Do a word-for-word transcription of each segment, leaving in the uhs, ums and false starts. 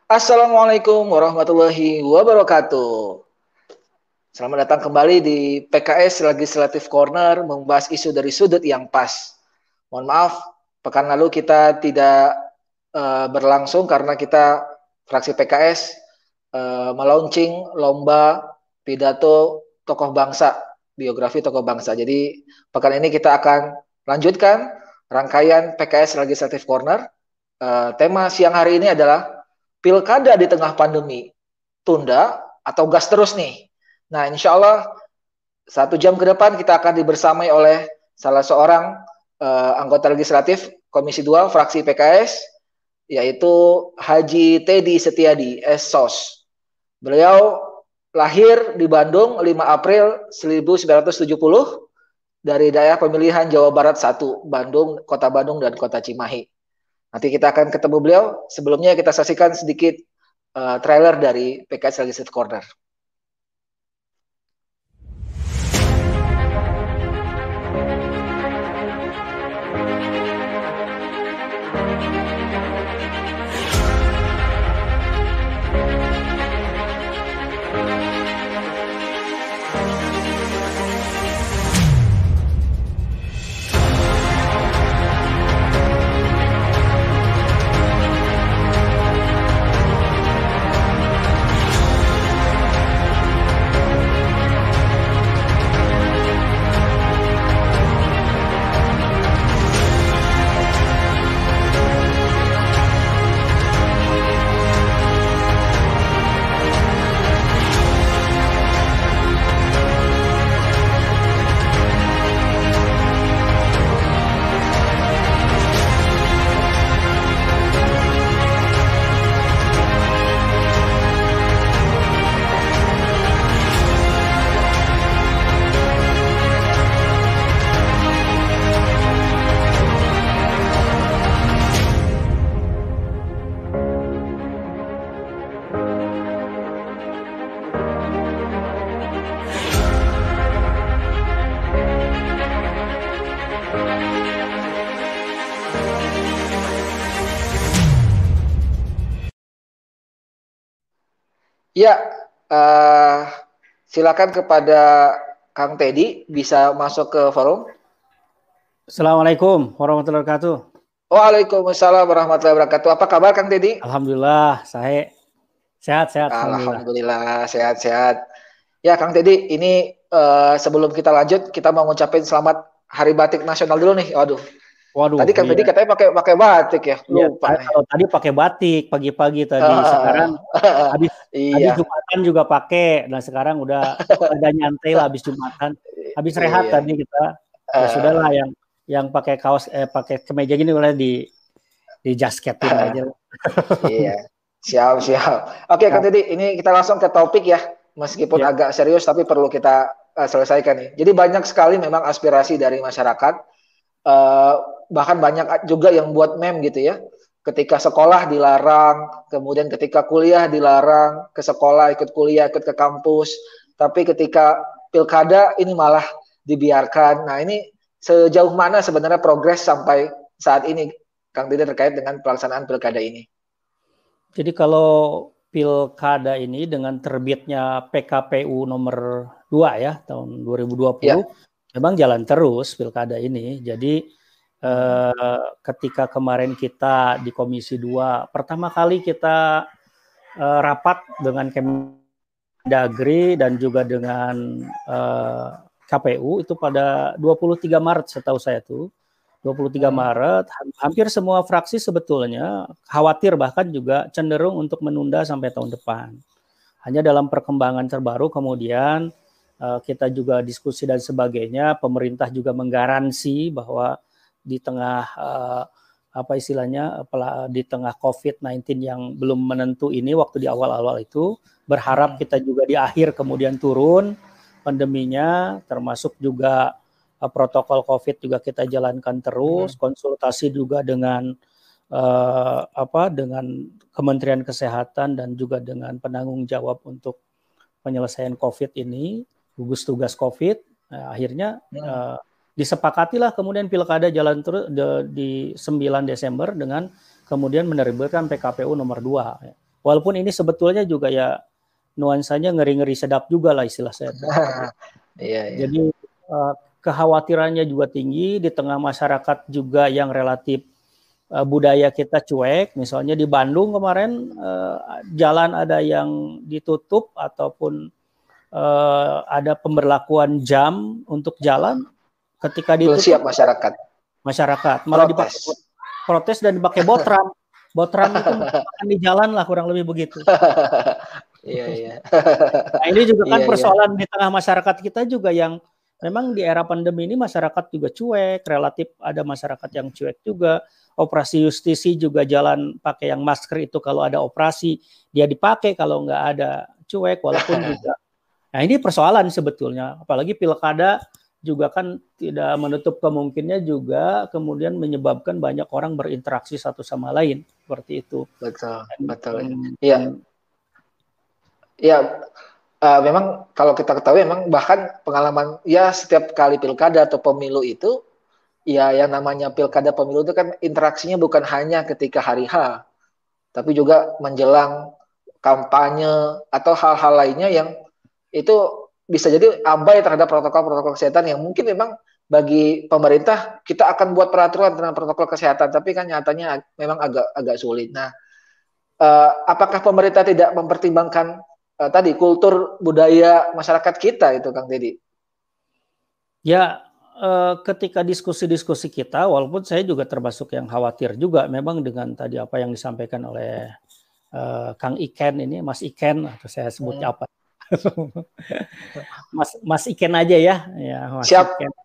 Assalamualaikum warahmatullahi wabarakatuh. Selamat datang kembali di P K S Legislative Corner membahas isu dari sudut yang pas. Mohon maaf, pekan lalu kita tidak uh, berlangsung karena kita fraksi P K S uh, melaunching lomba pidato tokoh bangsa, biografi tokoh bangsa. Jadi pekan ini kita akan lanjutkan rangkaian P K S Legislative Corner. Uh, tema siang hari ini adalah Pilkada di tengah pandemi, tunda atau gas terus nih? Nah, insya Allah satu jam ke depan kita akan dibersamai oleh salah seorang uh, anggota legislatif Komisi dua fraksi P K S, yaitu Haji Teddy Setiadi, S O S. Beliau lahir di Bandung lima April seribu sembilan ratus tujuh puluh dari daerah pemilihan Jawa Barat satu, Bandung, Kota Bandung, dan Kota Cimahi. Nanti kita akan ketemu beliau. Sebelumnya kita saksikan sedikit uh, trailer dari P K S Legislative Corner. Ya, uh, silakan kepada Kang Teddy bisa masuk ke forum. Assalamualaikum warahmatullahi wabarakatuh. Waalaikumsalam warahmatullahi wabarakatuh. Apa kabar Kang Teddy? Alhamdulillah, saya sehat-sehat. Alhamdulillah, sehat-sehat. Ya, Kang Teddy, ini uh, sebelum kita lanjut, kita mau ngucapin selamat Hari Batik Nasional dulu nih. Waduh. Waduh. Tadi Kang iya. Teddy katanya pakai pakai batik ya. Lupa. Iya, kalau tadi pakai batik pagi-pagi tadi, uh, sekarang uh, habis iya. Habis Jumatan juga pakai. Nah, sekarang udah ada nyantai lah habis Jumatan. Habis rehat iya. Tadi kita. Ya uh, sudahlah yang yang pakai kaos eh pakai kemeja gini boleh di di jasketin uh, aja. Iya. Siap, siap. Oke, Kang Teddy, ini kita langsung ke topik ya. Meskipun ya. Agak serius tapi perlu kita uh, selesaikan nih. Jadi banyak sekali memang aspirasi dari masyarakat. Uh, bahkan banyak juga yang buat meme gitu ya, ketika sekolah dilarang, kemudian ketika kuliah dilarang, ke sekolah ikut kuliah, ikut ke kampus, tapi ketika pilkada ini malah dibiarkan. Nah, ini sejauh mana sebenarnya progres sampai saat ini, Kang Teddy, terkait dengan pelaksanaan pilkada ini? Jadi kalau pilkada ini dengan terbitnya P K P U nomor dua ya tahun dua ribu dua puluh, ya. Memang jalan terus pilkada ini. Jadi Eh, ketika kemarin kita di Komisi dua pertama kali kita eh, rapat dengan Kemendagri dan juga dengan eh, K P U itu pada dua puluh tiga Maret setahu saya tuh. dua puluh tiga Maret hampir semua fraksi sebetulnya khawatir bahkan juga cenderung untuk menunda sampai tahun depan. Hanya dalam perkembangan terbaru kemudian eh, kita juga diskusi dan sebagainya, pemerintah juga menggaransi bahwa di tengah uh, apa istilahnya di tengah covid sembilan belas yang belum menentu ini waktu di awal-awal itu berharap kita juga di akhir kemudian turun pandeminya, termasuk juga uh, protokol covid juga kita jalankan terus, hmm. konsultasi juga dengan uh, apa dengan Kementerian Kesehatan dan juga dengan penanggung jawab untuk penyelesaian covid ini, gugus tugas covid. Nah, akhirnya hmm. uh, disepakatilah kemudian pilkada jalan terus di sembilan Desember dengan kemudian menerbitkan P K P U nomor dua. Walaupun ini sebetulnya juga ya nuansanya ngeri-ngeri sedap juga lah istilah saya. Iya, iya. Jadi uh, kekhawatirannya juga tinggi di tengah masyarakat juga yang relatif uh, budaya kita cuek. Misalnya di Bandung kemarin uh, jalan ada yang ditutup ataupun uh, ada pemberlakuan jam untuk jalan. Ketika ditutup, belum siap masyarakat. Masyarakat malah dipakai protes dan dipakai botram. Botram itu makan di jalan lah kurang lebih begitu. Iya, iya. Nah, ini juga kan iya, persoalan iya. di tengah masyarakat kita juga yang memang di era pandemi ini masyarakat juga cuek, relatif ada masyarakat yang cuek juga. Operasi justisi juga jalan pakai yang masker itu kalau ada operasi, dia dipakai kalau nggak ada cuek walaupun juga. Nah, ini persoalan sebetulnya, apalagi pilkada juga kan tidak menutup kemungkinannya juga kemudian menyebabkan banyak orang berinteraksi satu sama lain seperti itu. Betul, Dan, betul. Iya. Um, ya, uh, memang kalau kita ketahui memang bahkan pengalaman ya setiap kali pilkada atau pemilu itu ya yang namanya pilkada pemilu itu kan interaksinya bukan hanya ketika hari H, tapi juga menjelang kampanye atau hal-hal lainnya yang itu bisa jadi abai terhadap protokol-protokol kesehatan yang mungkin memang bagi pemerintah kita akan buat peraturan tentang protokol kesehatan, tapi kan nyatanya memang agak agak sulit. Nah, uh, apakah pemerintah tidak mempertimbangkan uh, tadi kultur budaya masyarakat kita itu, Kang Deddy? Ya, uh, ketika diskusi-diskusi kita, walaupun saya juga termasuk yang khawatir juga, memang dengan tadi apa yang disampaikan oleh uh, Kang Iken ini, Mas Iken atau saya sebut hmm. apa? Mas Mas Iken aja ya, ya Mas Siap. Iken.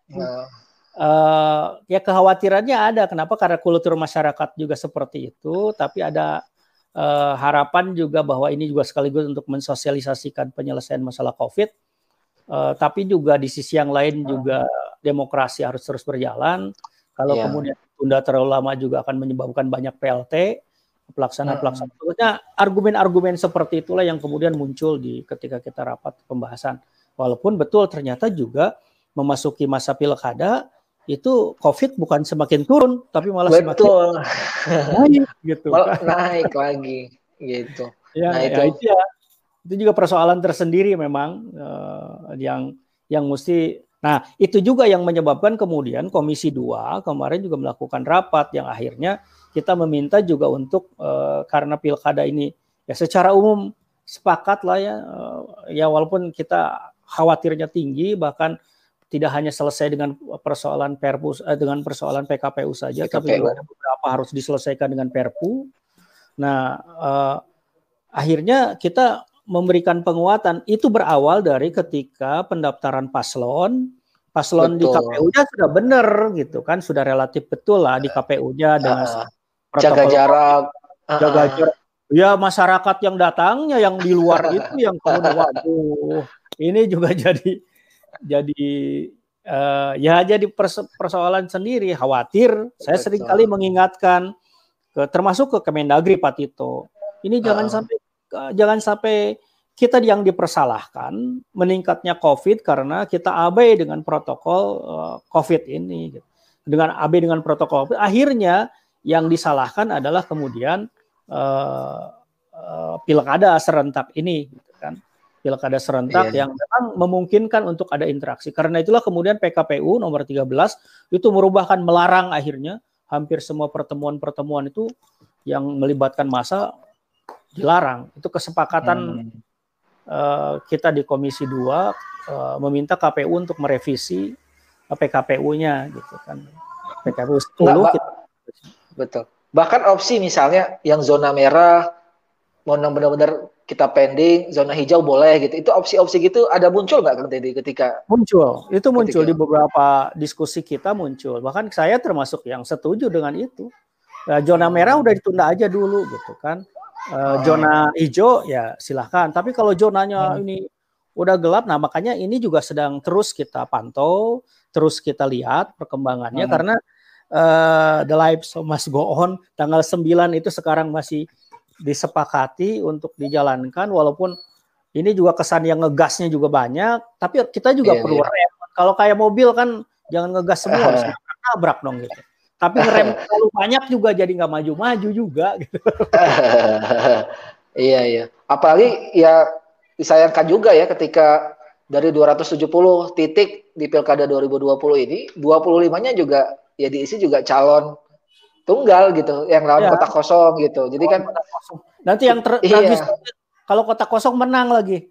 Uh, ya kekhawatirannya ada. Kenapa? Karena kultur masyarakat juga seperti itu. Tapi ada uh, harapan juga bahwa ini juga sekaligus untuk mensosialisasikan penyelesaian masalah COVID. Uh, tapi juga di sisi yang lain juga demokrasi harus terus berjalan. Kalau yeah. kemudian tunda terlalu lama juga akan menyebabkan banyak P L T. Pelaksana-pelaksana. Sebetulnya argumen-argumen seperti itulah yang kemudian muncul di ketika kita rapat pembahasan. Walaupun betul ternyata juga memasuki masa pilkada itu COVID bukan semakin turun, tapi malah betul. semakin naik gitu. Malah naik lagi gitu. Ya, nah ya, itu. itu ya. Itu juga persoalan tersendiri memang uh, yang yang mesti. Nah, itu juga yang menyebabkan kemudian Komisi dua kemarin juga melakukan rapat yang akhirnya kita meminta juga untuk uh, karena pilkada ini ya secara umum sepakat lah ya, uh, ya walaupun kita khawatirnya tinggi bahkan tidak hanya selesai dengan persoalan Perpu eh, dengan persoalan P K P U saja, P K P U. Tapi juga ada beberapa harus diselesaikan dengan Perpu. Nah, uh, akhirnya kita memberikan penguatan itu berawal dari ketika pendaftaran paslon. Paslon betul. Di K P U-nya sudah benar gitu kan, sudah relatif betul lah di K P U-nya dengan uh, jaga jarak, uh, jaga jarak. Ya masyarakat yang datangnya yang di luar itu yang kemudian waduh, ini juga jadi jadi uh, ya jadi perso- persoalan sendiri. Khawatir, saya betul. Sering kali mengingatkan ke, termasuk ke Kemendagri Pak Tito. Ini uh. jangan sampai uh, jangan sampai kita yang dipersalahkan meningkatnya COVID karena kita abai dengan protokol uh, COVID ini. Dengan abai dengan protokol COVID, akhirnya yang disalahkan adalah kemudian uh, uh, pilkada serentak ini, gitu kan? Pilkada serentak yeah. yang memang memungkinkan untuk ada interaksi. Karena itulah kemudian P K P U nomor tiga belas itu merubahkan melarang akhirnya hampir semua pertemuan-pertemuan itu yang melibatkan massa dilarang. Itu kesepakatan hmm. uh, kita di Komisi dua uh, meminta K P U untuk merevisi uh, P K P U-nya gitu kan. P K P U sepuluh Nggak, kita... Betul. Bahkan opsi misalnya yang zona merah mau benar-benar kita pending, zona hijau boleh gitu. Itu opsi-opsi gitu ada muncul nggak Kang Deddy ketika muncul? Itu muncul ketika... di beberapa diskusi kita muncul. Bahkan saya termasuk yang setuju dengan itu. Nah, zona merah udah ditunda aja dulu gitu kan. Uh, zona hijau ya silahkan. Tapi kalau zonanya hmm. ini udah gelap, nah makanya ini juga sedang terus kita pantau, terus kita lihat perkembangannya hmm. karena uh, the lives must go on. Tanggal sembilan itu sekarang masih disepakati untuk dijalankan, walaupun ini juga kesan yang ngegasnya juga banyak, tapi kita juga yeah, perlu yeah. rem. Kalau kayak mobil kan jangan ngegas semua, harus nabrak dong gitu. Tapi ngerem terlalu banyak juga jadi nggak maju-maju juga. Gitu. Iya, iya. Apalagi ya disayangkan juga ya ketika dari dua ratus tujuh puluh titik di Pilkada dua ribu dua puluh ini, dua puluh limanya juga ya diisi juga calon tunggal gitu, yang lawan Ya, kotak kosong gitu. Jadi kan kotak kosong. Nanti yang ter- tragis iya. kalau kotak kosong menang lagi.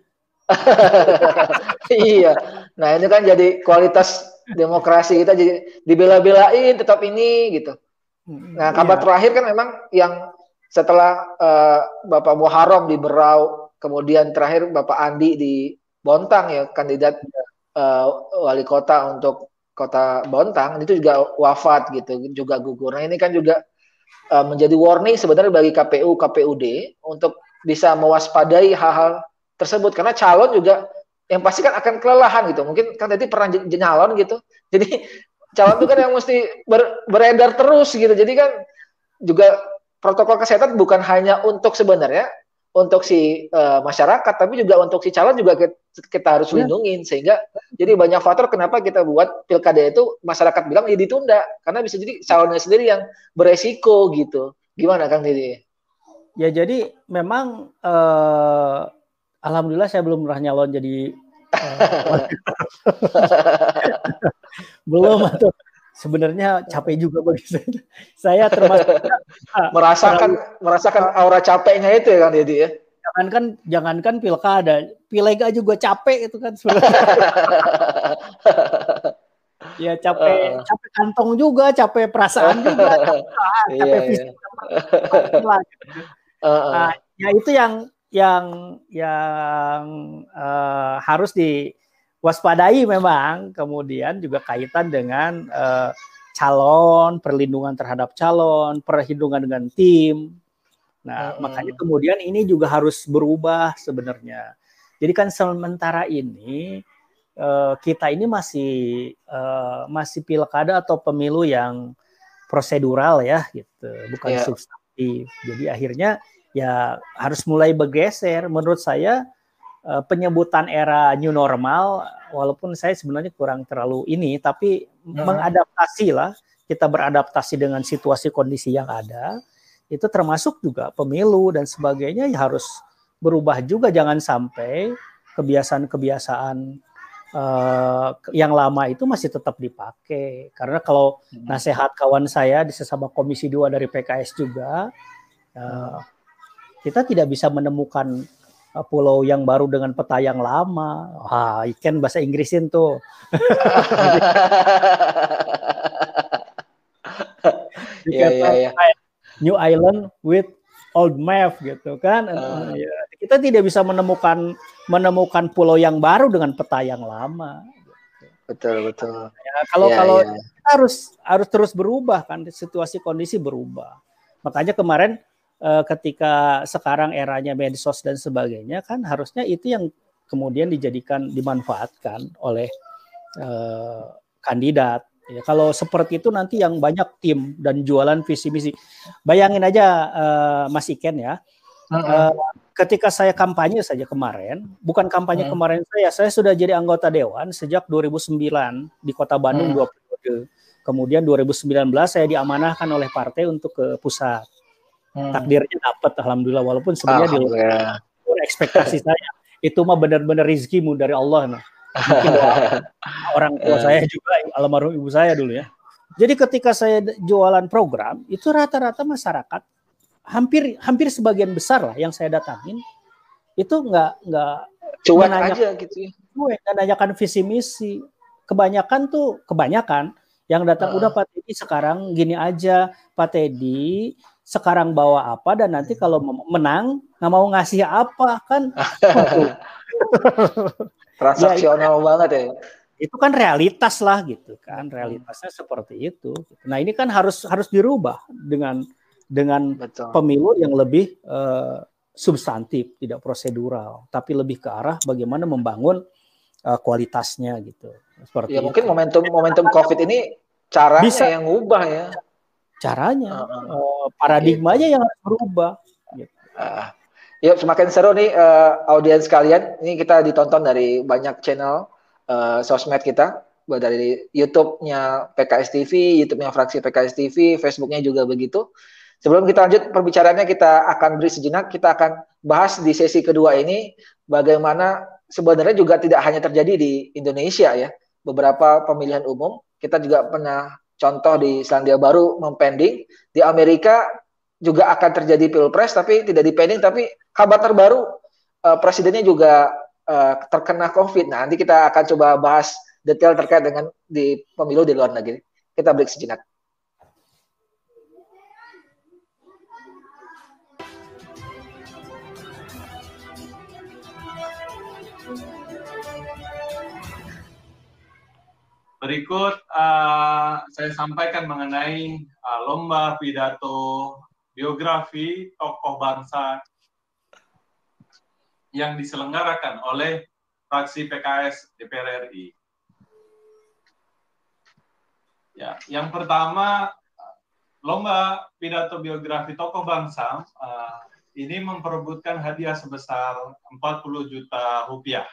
Iya. Nah, ini kan jadi kualitas demokrasi kita jadi dibela-belain tetap ini gitu. Nah, kabar Iya. terakhir kan memang yang setelah uh, Bapak Muharrem di Berau, kemudian terakhir Bapak Andi di Bontang ya, kandidat uh, wali kota untuk kota Bontang, itu juga wafat gitu, juga gugur. Nah, ini kan juga uh, menjadi warning sebenarnya bagi K P U, K P U D untuk bisa mewaspadai hal-hal tersebut. Karena calon juga yang pasti kan akan kelelahan gitu. Mungkin kan tadi pernah nyalon gitu. Jadi calon itu kan yang mesti ber, beredar terus gitu. Jadi kan juga protokol kesehatan bukan hanya untuk sebenarnya untuk si uh, masyarakat, tapi juga untuk si calon juga kita, kita harus Ya. lindungin sehingga jadi banyak faktor kenapa kita buat pilkada itu masyarakat bilang ya ditunda karena bisa jadi calonnya sendiri yang beresiko gitu. Gimana Kang Didi? Ya jadi memang uh, alhamdulillah saya belum pernah nyalon jadi uh, belum atau sebenarnya capek juga bagi saya. Saya termasuk merasakan terlalu, merasakan aura capeknya itu ya Kang Didi ya. Jangankan jangankan pilkada, pileg aja juga capek itu kan sebenarnya. Ya capek, uh, capek kantong juga, capek perasaan juga, capek, capek iya, fisik. Iya. Uh, uh. Nah, ya itu yang yang yang uh, harus diwaspadai memang. Kemudian juga kaitan dengan uh, calon, perlindungan terhadap calon, perlindungan dengan tim. Nah, uh-uh. makanya kemudian ini juga harus berubah sebenarnya. Jadi kan sementara ini uh, kita ini masih uh, masih pilkada atau pemilu yang prosedural ya, gitu, bukan yeah. substantif. Jadi akhirnya ya harus mulai bergeser. Menurut saya uh, penyebutan era new normal, walaupun saya sebenarnya kurang terlalu ini, tapi uh-huh. mengadaptasi lah, kita beradaptasi dengan situasi kondisi yang ada. Itu termasuk juga pemilu dan sebagainya ya harus berubah juga, jangan sampai kebiasaan-kebiasaan uh, yang lama itu masih tetap dipakai. Karena kalau hmm. nasihat kawan saya di sesama Komisi dua dari P K S juga, uh, kita tidak bisa menemukan uh, pulau yang baru dengan peta yang lama. Wah, ikan bahasa Inggrisin tuh. Iya, iya, iya. New Island with old map gitu kan. Uh, ya, kita tidak bisa menemukan menemukan pulau yang baru dengan peta yang lama. Gitu. Betul betul. Ya, kalau yeah, kalau yeah. kita harus harus terus berubah kan, situasi kondisi berubah. Makanya kemarin uh, ketika sekarang eranya medsos dan sebagainya kan harusnya itu yang kemudian dijadikan dimanfaatkan oleh uh, kandidat. Ya, kalau seperti itu nanti yang banyak tim dan jualan visi misi. Bayangin aja uh, Mas Iken ya, uh-uh. uh, ketika saya kampanye saja kemarin, bukan kampanye uh-uh. kemarin saya, saya sudah jadi anggota dewan sejak dua ribu sembilan di Kota Bandung uh-uh. dua periode. Kemudian dua ribu sembilan belas saya diamanahkan oleh partai untuk ke pusat. Uh-uh. Takdirnya dapat, alhamdulillah, walaupun sebenarnya di luar ekspektasi saya. Itu mah benar-benar rezekimu dari Allah. Nah. Mungkin orang tua saya juga, almarhum ibu saya dulu ya. Jadi ketika saya jualan program, itu rata-rata masyarakat hampir hampir sebagian besar lah yang saya datangin itu nggak nggak cuek aja gitu ya. Cuek, menanyakan visi misi. Kebanyakan tuh kebanyakan yang datang uh. udah Pak Teddy sekarang gini aja, Pak Teddy sekarang bawa apa dan nanti kalau menang nggak mau ngasih apa kan. Transaksional ya, banget ya. Itu kan realitas lah gitu kan, realitasnya seperti itu. Nah ini kan harus harus dirubah dengan dengan Betul. Pemilu yang lebih uh, substantif, tidak prosedural, tapi lebih ke arah bagaimana membangun uh, kualitasnya gitu. Seperti ya itu. Mungkin momentum momentum COVID ini caranya bisa, yang ngubah ya. Caranya, uh, uh, paradigmanya gitu. Yang harus berubah. Gitu. Uh. Yuk, semakin seru nih uh, audiens kalian. Ini kita ditonton dari banyak channel uh, sosmed kita, dari YouTube-nya P K S T V, YouTube-nya fraksi P K S T V, Facebook-nya juga begitu. Sebelum kita lanjut perbicaraannya, kita akan beri sejenak, kita akan bahas di sesi kedua ini bagaimana sebenarnya juga tidak hanya terjadi di Indonesia ya. Beberapa pemilihan umum, kita juga pernah contoh di Selandia Baru mempending, di Amerika juga akan terjadi pilpres tapi tidak dipending, tapi kabar terbaru uh, presidennya juga uh, terkena COVID. Nah, nanti kita akan coba bahas detail terkait dengan di pemilu di luar negeri. Kita break sejenak. Berikut uh, saya sampaikan mengenai uh, lomba pidato biografi tokoh bangsa yang diselenggarakan oleh fraksi P K S D P R R I. Ya, yang pertama, lomba pidato biografi tokoh bangsa uh, ini memperebutkan hadiah sebesar empat puluh juta rupiah.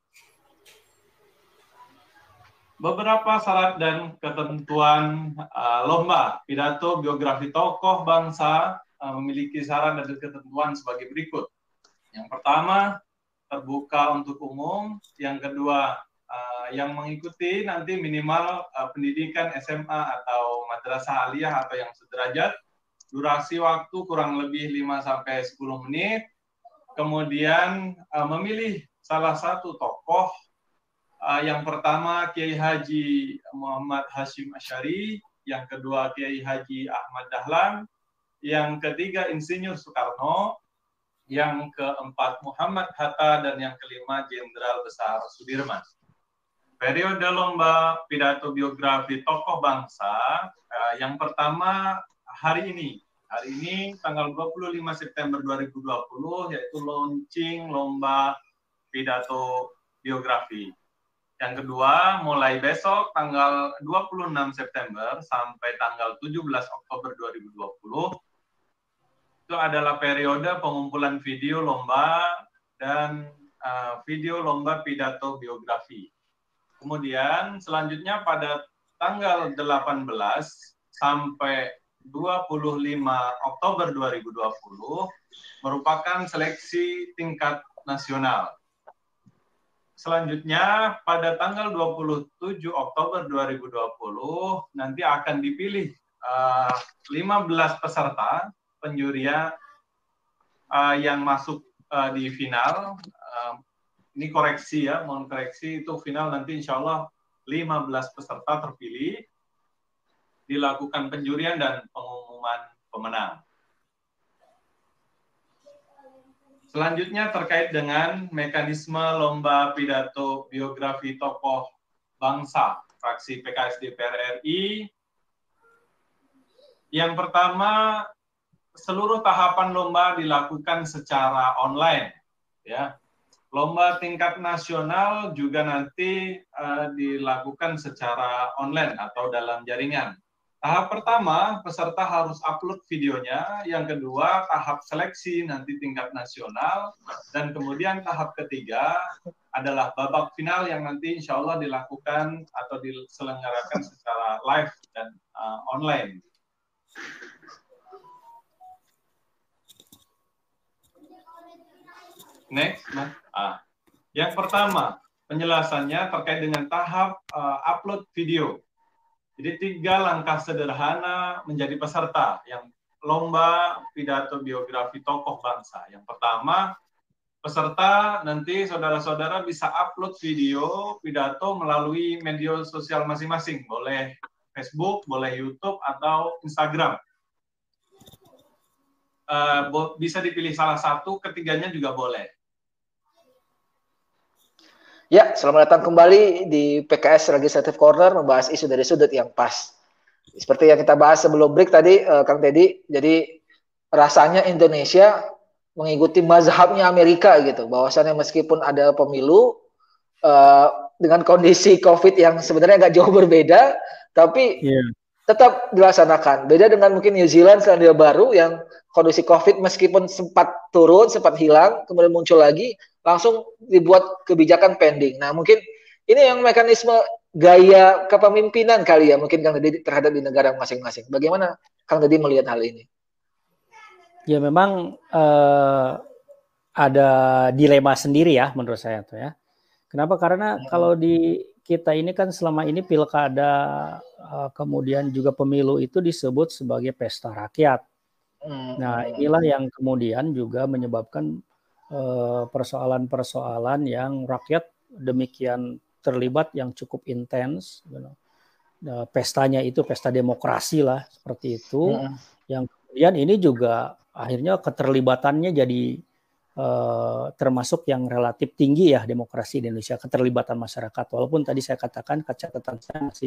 Beberapa syarat dan ketentuan uh, lomba pidato biografi tokoh bangsa uh, memiliki syarat dan ketentuan sebagai berikut. Yang pertama, terbuka untuk umum. Yang kedua, uh, yang mengikuti nanti minimal uh, pendidikan S M A atau madrasah aliyah atau yang sederajat. Durasi waktu kurang lebih lima sampai sepuluh menit. Kemudian uh, memilih salah satu tokoh. Uh, yang pertama Kiai Haji Muhammad Hashim Asy'ari, yang kedua Kiai Haji Ahmad Dahlan, yang ketiga Insinyur Soekarno, yang keempat Muhammad Hatta, dan yang kelima Jenderal Besar Sudirman. Periode lomba pidato biografi tokoh bangsa uh, yang pertama hari ini. Hari ini tanggal dua puluh lima September dua ribu dua puluh yaitu launching lomba pidato biografi. Yang kedua, mulai besok tanggal dua puluh enam September sampai tanggal tujuh belas Oktober dua ribu dua puluh, itu adalah periode pengumpulan video lomba dan uh, video lomba pidato biografi. Kemudian selanjutnya pada tanggal delapan belas sampai dua puluh lima Oktober dua ribu dua puluh merupakan seleksi tingkat nasional. Selanjutnya, pada tanggal dua puluh tujuh Oktober dua ribu dua puluh, nanti akan dipilih uh, lima belas peserta penjurian uh, yang masuk uh, di final. Uh, ini koreksi ya, mohon koreksi, itu final nanti insya Allah lima belas peserta terpilih, dilakukan penjurian dan pengumuman pemenang. Selanjutnya terkait dengan mekanisme lomba pidato biografi tokoh bangsa fraksi P K S D P R R I. Yang pertama, seluruh tahapan lomba dilakukan secara online. Ya, lomba tingkat nasional juga nanti uh, dilakukan secara online atau dalam jaringan. Tahap pertama, peserta harus upload videonya. Yang kedua, tahap seleksi nanti tingkat nasional. Dan kemudian tahap ketiga adalah babak final yang nanti insya Allah dilakukan atau diselenggarakan secara live dan uh, online. Next. Nah. Ah. Yang pertama, penjelasannya terkait dengan tahap uh, upload video. Jadi tiga langkah sederhana menjadi peserta yang lomba pidato biografi tokoh bangsa. Yang pertama, peserta nanti saudara-saudara bisa upload video pidato melalui media sosial masing-masing. Boleh Facebook, boleh YouTube, atau Instagram. Uh, bisa dipilih salah satu, ketiganya juga boleh. Ya, selamat datang kembali di P K S Legislative Corner membahas isu dari sudut yang pas. Seperti yang kita bahas sebelum break tadi, uh, Kang Teddy, jadi rasanya Indonesia mengikuti mazhabnya Amerika gitu, bahwasannya meskipun ada pemilu uh, dengan kondisi COVID yang sebenarnya agak jauh berbeda, tapi yeah. tetap dilaksanakan. Beda dengan mungkin New Zealand, Selandia Baru yang kondisi COVID meskipun sempat turun, sempat hilang, kemudian muncul lagi, langsung dibuat kebijakan pending. Nah, mungkin ini yang mekanisme gaya kepemimpinan kali ya, mungkin Kang Deddy terhadap di negara masing-masing. Bagaimana Kang Deddy melihat hal ini? Ya memang eh, ada dilema sendiri ya menurut saya tuh ya. Kenapa? Karena kalau di kita ini kan selama ini pilkada eh, kemudian juga pemilu itu disebut sebagai pesta rakyat. Nah, inilah yang kemudian juga menyebabkan eh, persoalan-persoalan yang rakyat demikian terlibat yang cukup intens. You know. Nah, pestanya itu pesta demokrasi lah seperti itu. Hmm. Yang kemudian ini juga akhirnya keterlibatannya jadi eh, termasuk yang relatif tinggi ya demokrasi di Indonesia, keterlibatan masyarakat. Walaupun tadi saya katakan catatan saya masih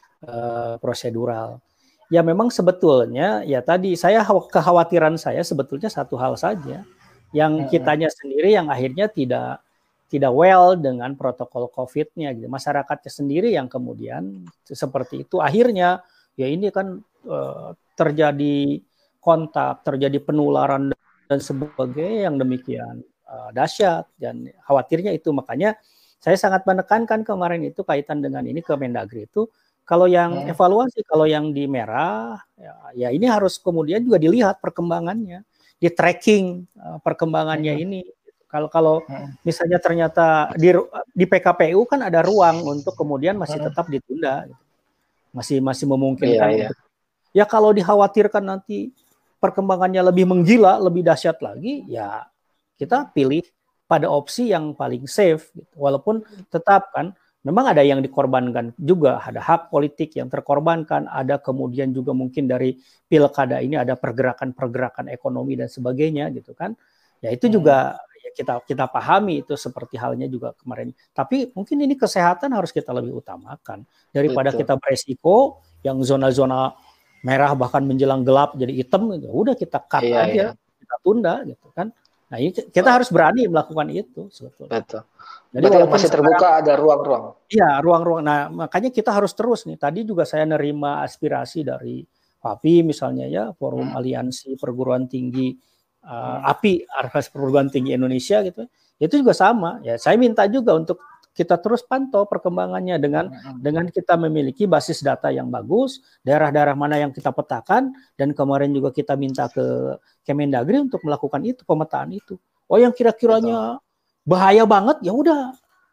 eh, prosedural. Ya memang sebetulnya ya tadi saya kekhawatiran saya sebetulnya satu hal saja yang kitanya sendiri yang akhirnya tidak tidak well dengan protokol COVID-nya gitu. Masyarakatnya sendiri yang kemudian seperti itu akhirnya ya ini kan uh, terjadi kontak, terjadi penularan dan sebagainya yang demikian uh, dahsyat dan khawatirnya itu makanya saya sangat menekankan kemarin itu kaitan dengan ini ke Mendagri itu. Kalau yang hmm. evaluasi, kalau yang di merah, ya, ya ini harus kemudian juga dilihat perkembangannya, di tracking uh, perkembangannya hmm. ini. Kalau kalau hmm. misalnya ternyata di di P K P U kan ada ruang untuk kemudian masih hmm. tetap ditunda, gitu. masih masih memungkinkan. Iya, iya. Ya kalau dikhawatirkan nanti perkembangannya lebih menggila, lebih dahsyat lagi, ya kita pilih pada opsi yang paling safe. Gitu. Walaupun tetap kan. Memang ada yang dikorbankan juga, ada hak politik yang terkorbankan, ada kemudian juga mungkin dari pilkada ini ada pergerakan-pergerakan ekonomi dan sebagainya gitu kan. Ya itu hmm. juga ya kita kita pahami itu seperti halnya juga kemarin. Tapi mungkin ini kesehatan harus kita lebih utamakan daripada Betul. Kita beresiko yang zona-zona merah bahkan menjelang gelap jadi hitam gitu. Udah kita cut iya, aja, iya. kita tunda gitu kan. Nah, ini kita oh. harus berani melakukan itu sebetulnya. Betul. Jadi walaupun masih terbuka sekarang, ada ruang-ruang. Iya, ruang-ruang. Nah, makanya kita harus terus nih. Tadi juga saya nerima aspirasi dari P A P I misalnya ya, Forum hmm. Aliansi Perguruan Tinggi uh, hmm. A P I, Aliansi Perguruan Tinggi Indonesia gitu. Itu juga sama. Ya, saya minta juga untuk kita terus pantau perkembangannya dengan hmm. dengan kita memiliki basis data yang bagus, daerah-daerah mana yang kita petakan dan kemarin juga kita minta ke Kemendagri untuk melakukan itu pemetaan itu. Oh, yang kira-kiranya Betul. bahaya banget ya udah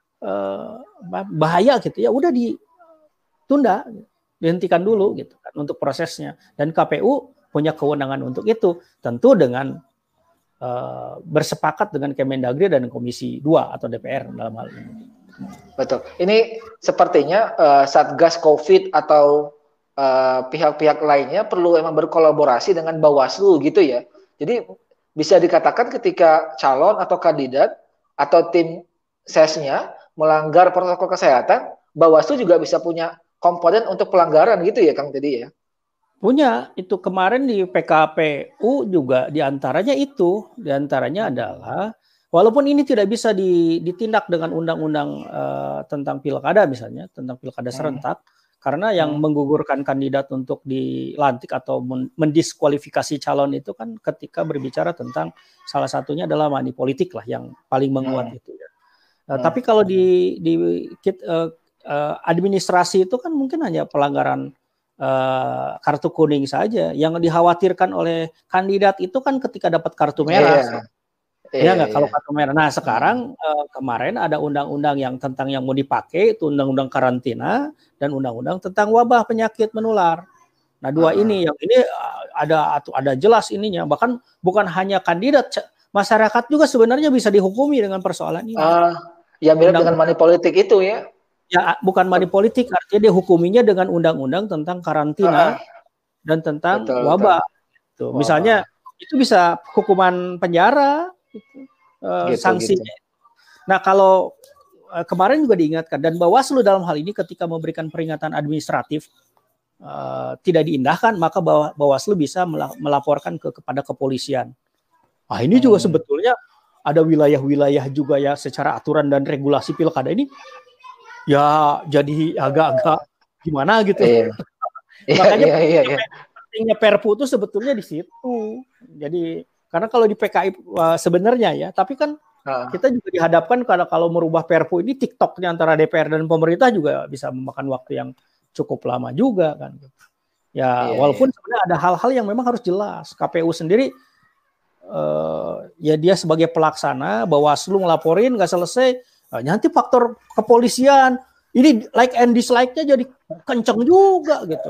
uh, bahaya gitu ya udah ditunda, dihentikan dulu gitu kan untuk prosesnya. Dan K P U punya kewenangan untuk itu, tentu dengan uh, bersepakat dengan Kemendagri dan Komisi dua atau D P R dalam hal ini. Betul. Ini sepertinya uh, Satgas COVID atau uh, pihak-pihak lainnya perlu emang berkolaborasi dengan Bawaslu gitu ya. Jadi bisa dikatakan ketika calon atau kandidat atau tim sesnya melanggar protokol kesehatan, Bawaslu juga bisa punya komponen untuk pelanggaran gitu ya Kang tadi ya? Punya, itu kemarin di P K P U juga diantaranya itu, diantaranya adalah walaupun ini tidak bisa ditindak dengan undang-undang uh, tentang pilkada misalnya, tentang pilkada serentak, hmm. karena yang hmm. menggugurkan kandidat untuk dilantik atau mendiskualifikasi calon itu kan ketika berbicara tentang salah satunya adalah money politik lah yang paling menguat hmm. itu ya. Uh, hmm. Tapi kalau di, di uh, uh, administrasi itu kan mungkin hanya pelanggaran uh, kartu kuning saja. Yang dikhawatirkan oleh kandidat itu kan ketika dapat kartu merah. Yeah. Ya nggak yeah, kalau kartu merah. Nah sekarang hmm. uh, kemarin ada undang-undang yang tentang yang mau dipakai itu undang-undang karantina dan undang-undang tentang wabah penyakit menular. Nah dua hmm. ini yang ini ada ada jelas ininya. Bahkan bukan hanya kandidat, masyarakat juga sebenarnya bisa dihukumi dengan persoalan ini. Uh, ya mirip dengan money politik itu ya? Ya bukan money politik, artinya dihukuminya dengan undang-undang tentang karantina uh, dan tentang betul, wabah. Betul. Tuh, misalnya itu bisa hukuman penjara. Gitu, uh, gitu, sanksinya. Gitu. Nah kalau uh, kemarin juga diingatkan dan Bawaslu dalam hal ini ketika memberikan peringatan administratif uh, tidak diindahkan maka Bawaslu bisa melaporkan ke kepada kepolisian. Nah ini juga hmm. sebetulnya ada wilayah-wilayah juga ya secara aturan dan regulasi pilkada ini ya jadi agak-agak gimana gitu. Iya. Makanya iya, iya, iya. pentingnya Perpu itu sebetulnya di situ. Jadi karena kalau di P K I uh, sebenarnya ya, tapi kan uh. kita juga dihadapkan kalau kalau merubah Perpu ini TikToknya antara D P R dan pemerintah juga bisa memakan waktu yang cukup lama juga kan. Ya iya, walaupun iya. sebenarnya ada hal-hal yang memang harus jelas. K P U sendiri uh, ya dia sebagai pelaksana, Bawaslu ngelaporin nggak selesai, uh, nanti faktor kepolisian ini like and dislike-nya jadi kenceng juga gitu.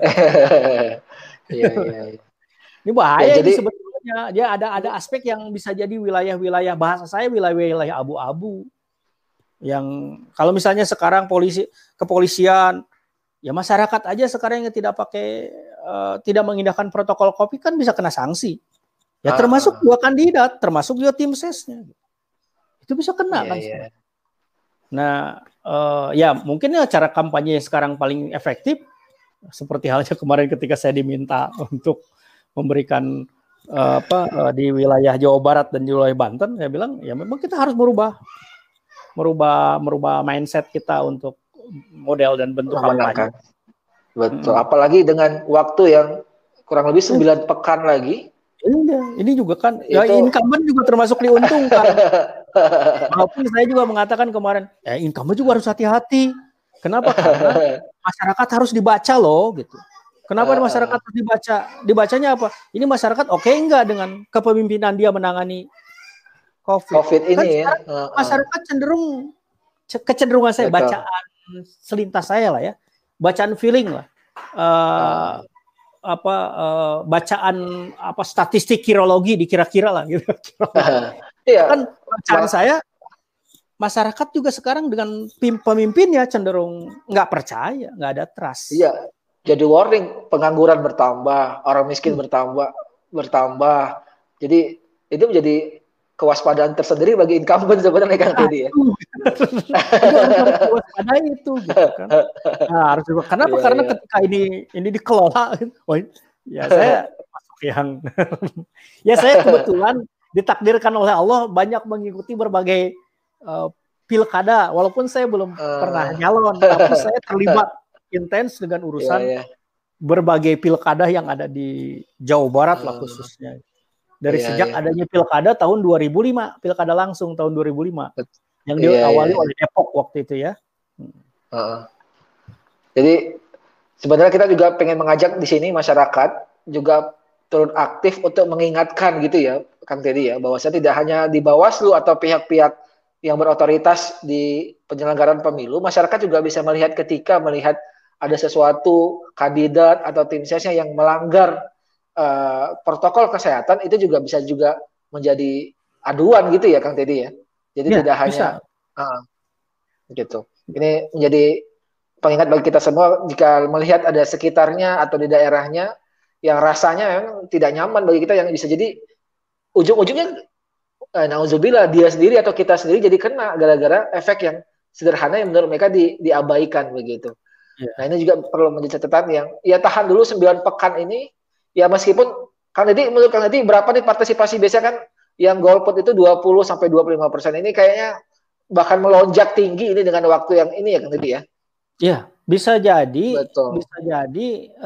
Iya, iya, iya. Ini bahaya ya, ini jadi, sebetulnya. Dia ada ada aspek yang bisa jadi wilayah-wilayah, bahasa saya wilayah-wilayah abu-abu. Yang kalau misalnya sekarang polisi kepolisian, ya masyarakat aja sekarang yang tidak pakai uh, tidak mengindahkan protokol Covid kan bisa kena sanksi. Ya termasuk ah. dua kandidat, termasuk juga tim sesnya. Itu bisa kena yeah, kan. Yeah. Nah, uh, ya mungkin ya cara kampanye yang sekarang paling efektif seperti halnya kemarin ketika saya diminta untuk memberikan uh, apa uh, di wilayah Jawa Barat dan di wilayah Banten, saya bilang ya memang kita harus merubah merubah merubah mindset kita untuk model dan bentuk kampanye. Betul. Hmm. Apalagi dengan waktu yang kurang lebih sembilan hmm. pekan lagi. Ini, ini juga kan, itu... ya incumbent juga termasuk diuntungkan. Walaupun saya juga mengatakan kemarin, ya incumbent juga harus hati-hati. Kenapa? Karena masyarakat harus dibaca loh, gitu. Kenapa uh, masyarakat harus dibaca? Dibacanya apa? Ini masyarakat oke okay enggak dengan kepemimpinan dia menangani COVID, COVID kan ini ya. Uh, masyarakat cenderung, kecenderungan saya, betul. Bacaan selintas saya lah ya, bacaan feeling lah. Uh, uh. apa uh, bacaan apa statistik kirologi dikira-kira lah gitu. Iya. Kan bacaan Ma- saya masyarakat juga sekarang dengan pemimpinnya cenderung nggak percaya, nggak ada trust. Iya. Jadi warning, pengangguran bertambah, orang miskin hmm. bertambah bertambah. Jadi itu menjadi kewaspadaan tersendiri bagi incumbent sebenarnya Kang Teddy ya. Harus waspadai itu gitu kan. Nah, harus juga. Kenapa? Yeah, Karena yeah. ketika ini ini dikelola, oh, ya saya masuk yang ya saya kebetulan ditakdirkan oleh Allah banyak mengikuti berbagai uh, pilkada, walaupun saya belum uh. pernah nyalon, tapi saya terlibat intens dengan urusan yeah, yeah. berbagai pilkada yang ada di Jawa Barat uh. lah khususnya. Dari yeah, sejak yeah. adanya pilkada tahun dua ribu lima, pilkada langsung tahun dua ribu lima, yang diawali yeah, yeah. oleh Depok waktu itu ya. Uh, jadi sebenarnya kita juga pengen mengajak di sini masyarakat juga turut aktif untuk mengingatkan gitu ya, Kang Teddy ya, bahwasanya tidak hanya di Bawaslu atau pihak-pihak yang berotoritas di penyelenggaraan pemilu, masyarakat juga bisa melihat ketika melihat ada sesuatu kandidat atau tim sesnya yang melanggar Uh, protokol kesehatan, itu juga bisa juga menjadi aduan gitu ya Kang Teddy ya. Jadi ya, tidak hanya uh, gitu. Ini menjadi pengingat bagi kita semua jika melihat ada sekitarnya atau di daerahnya yang rasanya memang tidak nyaman bagi kita, yang bisa jadi ujung-ujungnya uh, nauzubillah dia sendiri atau kita sendiri jadi kena gara-gara efek yang sederhana yang menurut mereka di, diabaikan begitu. Ya. Nah ini juga perlu menjadi catatan yang ya tahan dulu sembilan pekan ini. Ya meskipun Kang Teddy, menurut Kang Teddy berapa nih partisipasi biasa kan yang golput itu dua puluh sampai dua puluh lima persen, ini kayaknya bahkan melonjak tinggi ini dengan waktu yang ini ya Kang Teddy ya. Iya, bisa jadi. Betul. Bisa jadi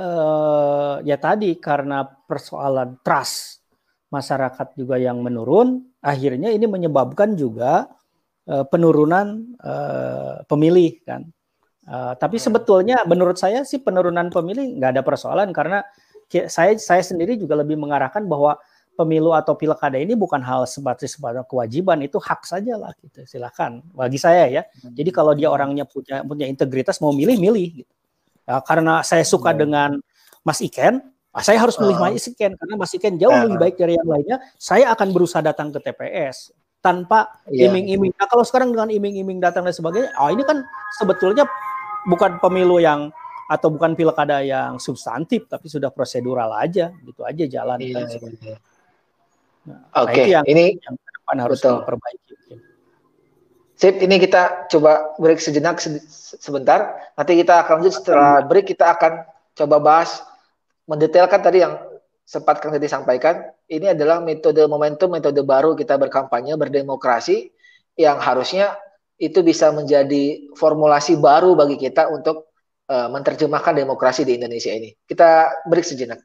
uh, ya tadi karena persoalan trust masyarakat juga yang menurun, akhirnya ini menyebabkan juga uh, penurunan uh, pemilih kan. Uh, tapi hmm. sebetulnya menurut saya sih penurunan pemilih nggak ada persoalan, karena Saya saya sendiri juga lebih mengarahkan bahwa pemilu atau pilkada ini bukan hal sebatas sebatas kewajiban, itu hak saja lah gitu. Silakan bagi saya ya. Jadi kalau dia orangnya punya punya integritas mau milih milih gitu. Ya, karena saya suka hmm. dengan Mas Iken, saya harus milih uh. Mas Iken karena Mas Iken jauh uh. lebih baik dari yang lainnya. Saya akan berusaha datang ke T P S tanpa yeah. iming-iming. Nah, kalau sekarang dengan iming-iming datang dan sebagainya, oh ini kan sebetulnya bukan pemilu yang atau bukan pilkada yang substantif, tapi sudah prosedural aja, gitu aja jalan. Iya, kan. iya. Nah, Oke, okay, yang, ini yang ke depan harus betul. diperbaiki. Sip, ini kita coba break sejenak sebentar. Nanti kita akan lanjut setelah break, kita akan coba bahas mendetailkan tadi yang sempat Kang Teddy sampaikan. Ini adalah metode momentum, metode baru kita berkampanye, berdemokrasi, yang harusnya itu bisa menjadi formulasi baru bagi kita untuk Uh, menerjemahkan demokrasi di Indonesia ini. Kita break sejenak.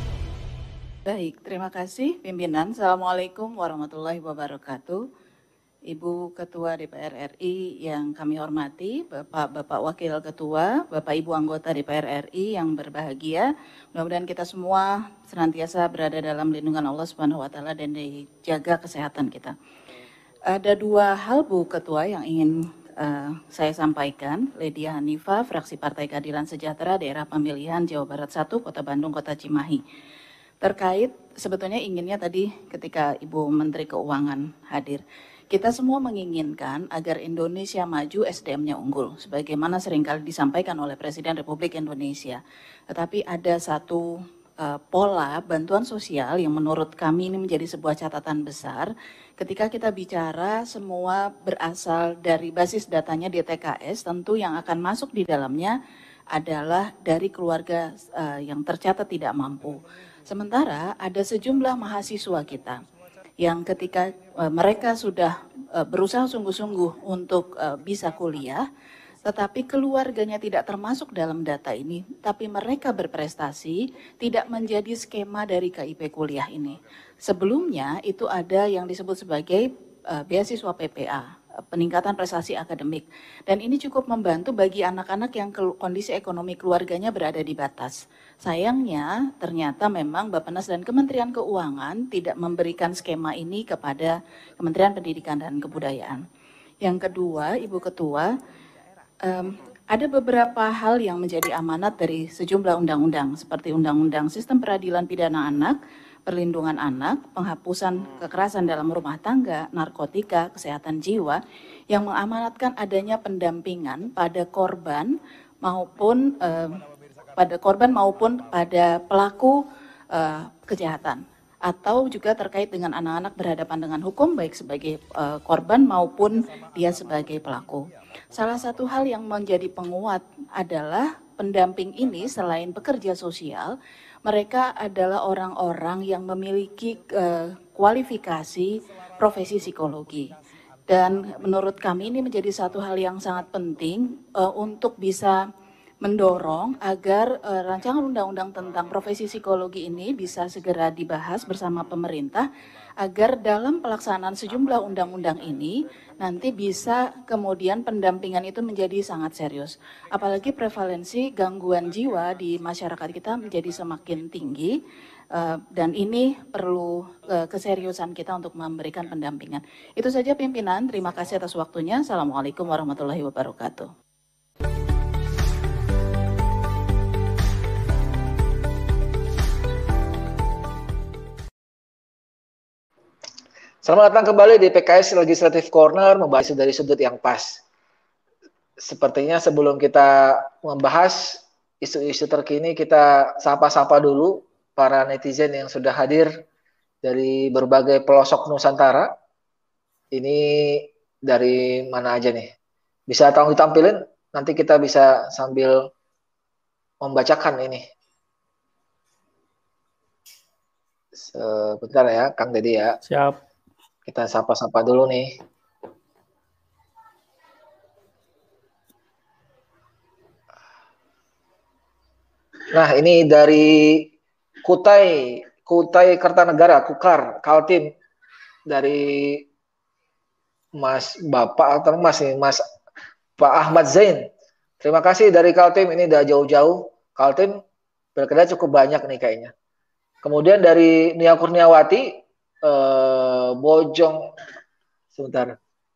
Baik, terima kasih pimpinan. Assalamualaikum warahmatullahi wabarakatuh. Ibu Ketua D P R R I yang kami hormati, Bapak-Bapak Wakil Ketua, Bapak Ibu Anggota D P R R I yang berbahagia. Mudah-mudahan kita semua senantiasa berada dalam lindungan Allah Subhanahu wa taala dan dijaga kesehatan kita. Ada dua hal Bu Ketua yang ingin uh, saya sampaikan. Ledia Hanifa, fraksi Partai Keadilan Sejahtera, daerah pemilihan Jawa Barat satu, Kota Bandung, Kota Cimahi. Terkait sebetulnya inginnya tadi ketika Ibu Menteri Keuangan hadir, kita semua menginginkan agar Indonesia maju, S D M-nya unggul, sebagaimana seringkali disampaikan oleh Presiden Republik Indonesia. Tetapi ada satu uh, pola bantuan sosial yang menurut kami ini menjadi sebuah catatan besar. Ketika kita bicara semua berasal dari basis datanya D T K S, tentu yang akan masuk di dalamnya adalah dari keluarga uh, yang tercatat tidak mampu. Sementara ada sejumlah mahasiswa kita yang ketika uh, mereka sudah uh, berusaha sungguh-sungguh untuk uh, bisa kuliah, tetapi keluarganya tidak termasuk dalam data ini, tapi mereka berprestasi tidak menjadi skema dari K I P kuliah ini. Sebelumnya itu ada yang disebut sebagai uh, beasiswa P P A, peningkatan prestasi akademik. Dan ini cukup membantu bagi anak-anak yang kondisi ekonomi keluarganya berada di batas. Sayangnya ternyata memang Bappenas dan Kementerian Keuangan tidak memberikan skema ini kepada Kementerian Pendidikan dan Kebudayaan. Yang kedua, Ibu Ketua, um, ada beberapa hal yang menjadi amanat dari sejumlah undang-undang seperti Undang-Undang Sistem Peradilan Pidana Anak, Perlindungan Anak, Penghapusan Kekerasan dalam Rumah Tangga, Narkotika, Kesehatan Jiwa, yang mengamanatkan adanya pendampingan pada korban maupun eh, pada korban maupun pada pelaku eh, kejahatan, atau juga terkait dengan anak-anak berhadapan dengan hukum baik sebagai eh, korban maupun dia sebagai pelaku. Salah satu hal yang menjadi penguat adalah pendamping ini selain pekerja sosial, mereka adalah orang-orang yang memiliki uh, kualifikasi profesi psikologi. Dan menurut kami ini menjadi satu hal yang sangat penting uh, untuk bisa mendorong agar uh, rancangan undang-undang tentang profesi psikologi ini bisa segera dibahas bersama pemerintah agar dalam pelaksanaan sejumlah undang-undang ini nanti bisa kemudian pendampingan itu menjadi sangat serius. Apalagi prevalensi gangguan jiwa di masyarakat kita menjadi semakin tinggi uh, dan ini perlu uh, keseriusan kita untuk memberikan pendampingan. Itu saja pimpinan, terima kasih atas waktunya. Assalamualaikum warahmatullahi wabarakatuh. Selamat datang kembali di P K S Legislative Corner, membahas dari sudut yang pas. Sepertinya sebelum kita membahas isu-isu terkini, kita sapa-sapa dulu para netizen yang sudah hadir dari berbagai pelosok Nusantara. Ini dari mana aja nih? Bisa tolong ditampilin, nanti kita bisa sambil membacakan ini. Sebentar ya, Kang Deddy ya. Siap. Kita sapa-sapa dulu nih. Nah, ini dari Kutai, Kutai Kertanegara, Kukar, Kaltim, dari Mas Bapak atau Mas nih, Mas Pak Ahmad Zain. Terima kasih dari Kaltim, ini udah jauh-jauh. Kaltim pilkada cukup banyak nih kayaknya. Kemudian dari Nia Kurniawati, Uh, Bojong sebentar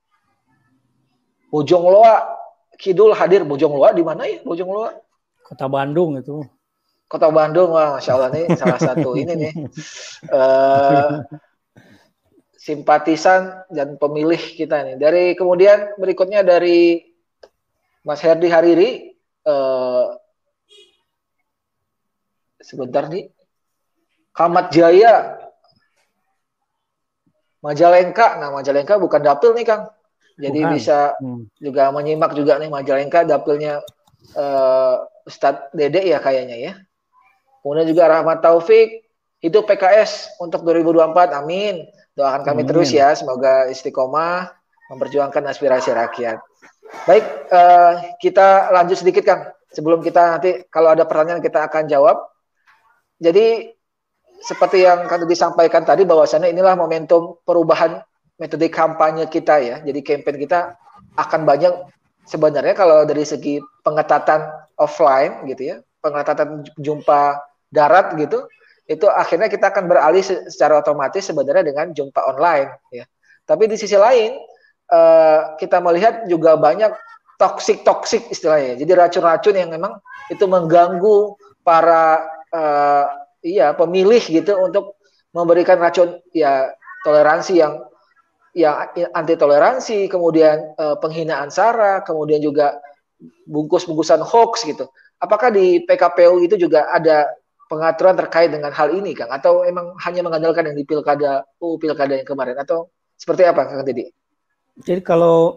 Bojong Loa Kidul hadir. Bojong Loa di mana ya? Bojong Loa Kota Bandung itu. Kota Bandung, wah masya Allah nih salah satu ini nih uh, simpatisan dan pemilih kita nih. Dari kemudian berikutnya dari Mas Herdi Hariri, uh, sebentar nih, Kamat Jaya Majalengka. Nah, Majalengka bukan dapil nih, Kang. Jadi bukan. Bisa hmm. juga menyimak juga nih Majalengka dapilnya uh, Ustadz Dede ya kayaknya ya. Kemudian juga Rahmat Taufik, hidup P K S untuk dua ribu dua puluh empat. Amin. Doakan kami Amin. Terus ya, semoga istiqomah memperjuangkan aspirasi rakyat. Baik, uh, kita lanjut sedikit, Kang. Sebelum kita nanti kalau ada pertanyaan kita akan jawab. Jadi seperti yang kan disampaikan tadi bahwasannya inilah momentum perubahan metode kampanye kita ya. Jadi campaign kita akan banyak sebenarnya kalau dari segi pengetatan offline gitu ya, pengetatan jumpa darat gitu, itu akhirnya kita akan beralih secara otomatis sebenarnya dengan jumpa online ya. Tapi di sisi lain uh, kita melihat juga banyak toksik-toksik istilahnya. Jadi racun-racun yang memang itu mengganggu para uh, iya pemilih gitu untuk memberikan racun ya toleransi yang yang anti toleransi, kemudian uh, penghinaan sara, kemudian juga bungkus-bungkusan hoax gitu. Apakah di P K P U itu juga ada pengaturan terkait dengan hal ini, Kang? Atau emang hanya mengandalkan yang di pilkada U pilkada yang kemarin? Atau seperti apa, Kang Teddy? Jadi kalau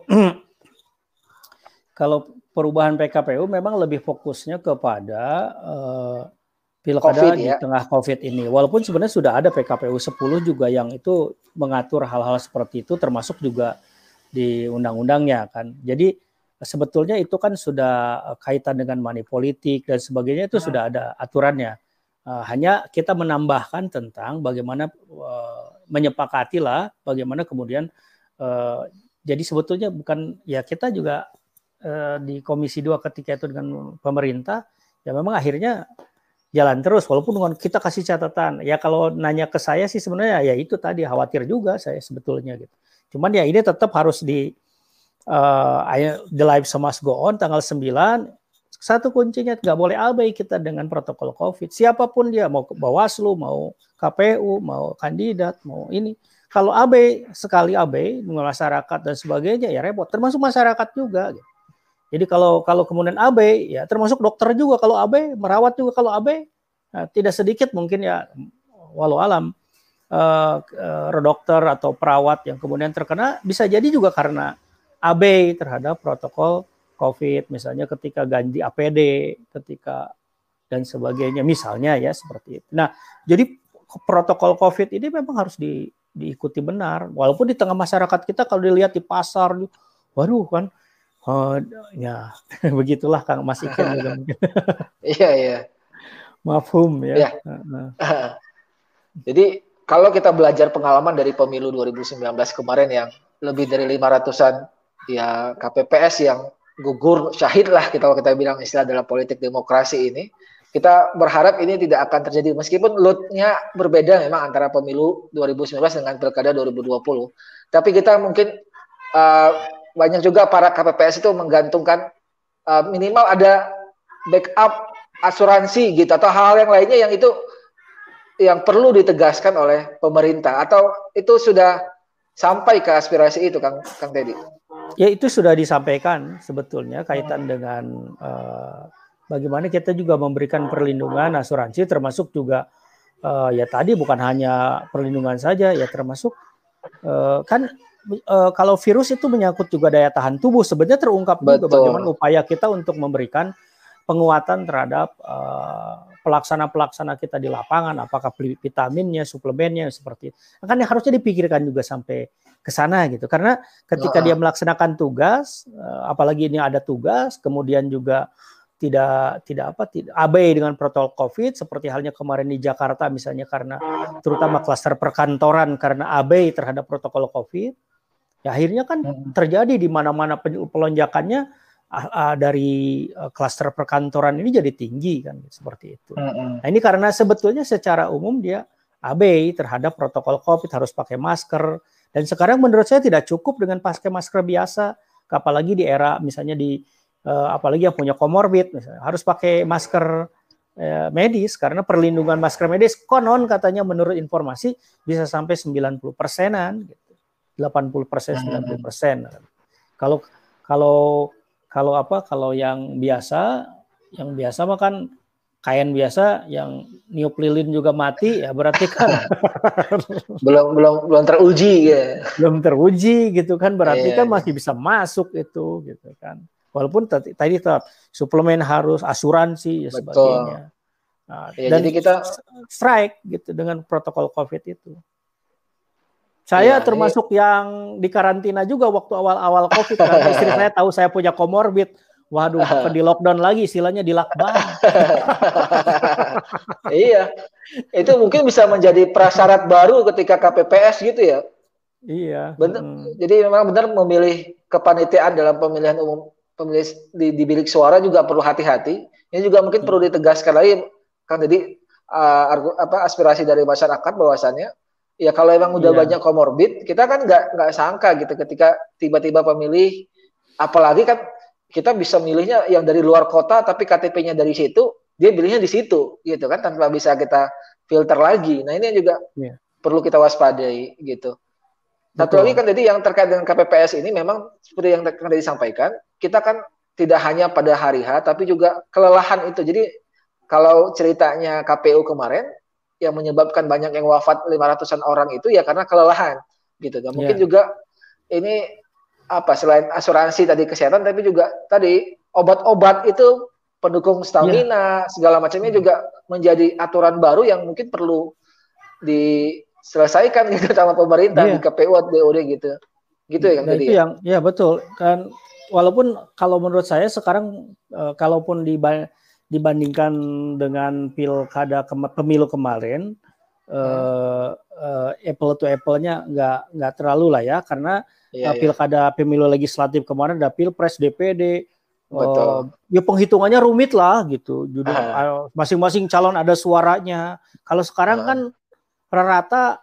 kalau perubahan P K P U memang lebih fokusnya kepada uh, pilkada COVID, di ya? Tengah COVID ini. Walaupun sebenarnya sudah ada P K P U sepuluh juga yang itu mengatur hal-hal seperti itu, termasuk juga di undang-undangnya kan. Jadi sebetulnya itu kan sudah kaitan dengan money politik dan sebagainya, itu hmm. sudah ada aturannya. Uh, hanya kita menambahkan tentang bagaimana uh, menyepakati lah, bagaimana kemudian uh, jadi sebetulnya bukan ya kita juga uh, di Komisi dua ketika itu dengan pemerintah ya memang akhirnya jalan terus, walaupun dengan kita kasih catatan. Ya kalau nanya ke saya sih sebenarnya ya itu tadi, khawatir juga saya sebetulnya gitu. Cuman ya ini tetap harus di uh, The Life Must Go On tanggal sembilan. Satu kuncinya nggak boleh abai kita dengan protokol COVID. Siapapun dia, mau Bawaslu, mau K P U, mau kandidat, mau ini. Kalau abai, sekali abai dengan masyarakat dan sebagainya ya repot. Termasuk masyarakat juga gitu. Jadi kalau kalau kemudian abai, ya termasuk dokter juga kalau abai, merawat juga kalau abai, nah, tidak sedikit mungkin ya walau alam uh, uh, dokter atau perawat yang kemudian terkena, bisa jadi juga karena abai terhadap protokol COVID, misalnya ketika ganti A P D, ketika dan sebagainya, misalnya ya seperti itu. Nah, jadi protokol COVID ini memang harus di, diikuti benar, walaupun di tengah masyarakat kita kalau dilihat di pasar, waduh kan. Oh ya, begitulah Kang Mas Iken juga mungkin. Iya iya. Mafhum ya. Ya. Jadi kalau kita belajar pengalaman dari pemilu dua ribu sembilan belas kemarin yang lebih dari lima ratusan ya K P P S yang gugur syahid lah kita kalau kita bilang istilah dalam politik demokrasi ini, kita berharap ini tidak akan terjadi meskipun load-nya berbeda memang antara pemilu dua ribu sembilan belas dengan pilkada dua ribu dua puluh. Tapi kita mungkin uh, banyak juga para K P P S itu menggantungkan uh, minimal ada backup asuransi gitu atau hal-hal yang lainnya yang itu yang perlu ditegaskan oleh pemerintah, atau itu sudah sampai ke aspirasi itu Kang Kang Teddy? Ya itu sudah disampaikan sebetulnya kaitan dengan uh, bagaimana kita juga memberikan perlindungan asuransi, termasuk juga uh, ya tadi bukan hanya perlindungan saja ya termasuk uh, kan Uh, kalau virus itu menyangkut juga daya tahan tubuh, sebenarnya terungkap juga bagaimana upaya kita untuk memberikan penguatan terhadap uh, pelaksana-pelaksana kita di lapangan, apakah vitaminnya, suplemennya seperti itu. Kan harusnya dipikirkan juga sampai ke sana gitu. Karena ketika nah. dia melaksanakan tugas, uh, apalagi ini ada tugas, kemudian juga tidak tidak apa tidak abai dengan protokol COVID seperti halnya kemarin di Jakarta misalnya, karena terutama klaster perkantoran karena abai terhadap protokol COVID. Ya, akhirnya kan terjadi di mana-mana pelonjakannya uh, uh, dari uh, klaster perkantoran ini jadi tinggi kan seperti itu. Mm-hmm. Nah ini karena sebetulnya secara umum dia abai terhadap protokol COVID, harus pakai masker, dan sekarang menurut saya tidak cukup dengan pakai masker biasa, apalagi di era misalnya di uh, apalagi yang punya komorbid misalnya harus pakai masker uh, medis, karena perlindungan masker medis konon katanya menurut informasi bisa sampai sembilan puluh persenan gitu. delapan puluh persen, sembilan puluh persen. Kalau kalau kalau apa? Kalau yang biasa, yang biasa mah kan kain biasa yang niup lilin juga mati ya berarti kan belum belum belum teruji ya. Belum teruji gitu kan, berarti yeah, kan masih bisa masuk itu gitu kan. Walaupun tadi tadi tetap suplemen harus, asuransi ya sebagainya. Nah, yeah, dan jadi kita strike gitu dengan protokol COVID itu. Saya ya, termasuk ini yang dikarantina juga waktu awal-awal COVID. Karena istri saya tahu saya punya komorbid. Waduh, di lockdown lagi, istilahnya di lakban. Iya, itu mungkin bisa menjadi prasyarat baru ketika K P P S gitu ya. Iya. Benar. Hmm. Jadi memang benar memilih kepanitiaan dalam pemilihan umum pemilih di, di bilik suara juga perlu hati-hati. Ini juga mungkin perlu ditegaskan lagi kan jadi uh, argu, apa aspirasi dari masyarakat bahwasannya ya kalau emang udah Iya. banyak komorbid kita kan nggak nggak sangka gitu ketika tiba-tiba pemilih apalagi kan kita bisa milihnya yang dari luar kota tapi K T P-nya dari situ dia pilihnya di situ gitu kan tanpa bisa kita filter lagi. Nah ini juga yeah. perlu kita waspadai gitu. Satu Betul. lagi kan jadi yang terkait dengan K P P S ini memang seperti yang tadi disampaikan kita kan tidak hanya pada hari H tapi juga kelelahan itu. Jadi kalau ceritanya K P U kemarin yang menyebabkan banyak yang wafat lima ratusan orang itu ya karena kelelahan gitu. Dan mungkin yeah. juga ini apa selain asuransi tadi kesehatan tapi juga tadi obat-obat itu pendukung stamina yeah. segala macamnya juga menjadi aturan baru yang mungkin perlu diselesaikan gitu sama pemerintah yeah. di K P U atau D O D gitu. Gitu ya kan nah, tadi. Itu ya? yang ya betul kan walaupun kalau menurut saya sekarang uh, kalaupun diba- dibandingkan dengan pilkada kema- pemilu kemarin uh, uh, apple to apple-nya nggak nggak terlalu lah ya karena yeah, uh, pilkada yeah. pemilu legislatif kemarin ada pilpres D P D. Betul. Uh, ya penghitungannya rumit lah gitu. Jadi uh. masing-masing calon ada suaranya. Kalau sekarang uh. kan rata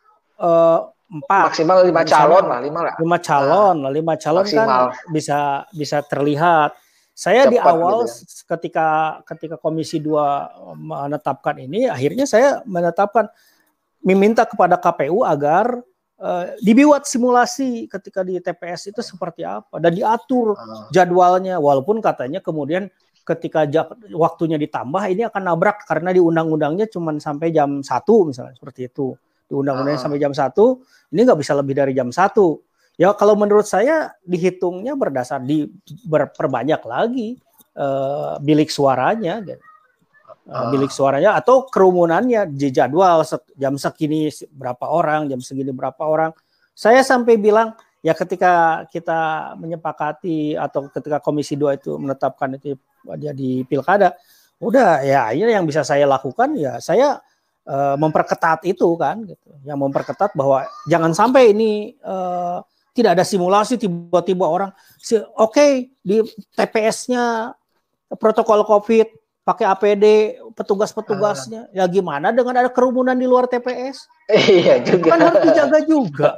uh, empat maksimal lima calon lah, lima lah. Lima calon, nah, lima calon maksimal. Kan bisa bisa terlihat. Saya cepat di awal gitu ya. ketika ketika Komisi dua menetapkan ini, akhirnya saya menetapkan meminta kepada K P U agar Uh, dibuat simulasi ketika di T P S itu seperti apa dan diatur uh. jadwalnya walaupun katanya kemudian ketika jak- waktunya ditambah ini akan nabrak karena di undang-undangnya cuma sampai jam satu misalnya seperti itu di undang-undangnya uh. sampai jam satu ini nggak bisa lebih dari jam satu ya kalau menurut saya dihitungnya berdasar di berperbanyak lagi uh, bilik suaranya gitu. Uh, bilik suaranya atau kerumunannya di jadwal jam segini berapa orang, jam segini berapa orang. Saya sampai bilang ya ketika kita menyepakati atau ketika Komisi dua itu menetapkan itu jadi pilkada, udah ya ini yang bisa saya lakukan ya saya uh, memperketat itu kan, gitu. Yang memperketat bahwa jangan sampai ini uh, tidak ada simulasi tiba-tiba orang, oke okay, di T P S-nya protokol COVID pakai A P D petugas-petugasnya. Ya gimana dengan ada kerumunan di luar T P S? Iya juga. Kan harus dijaga juga.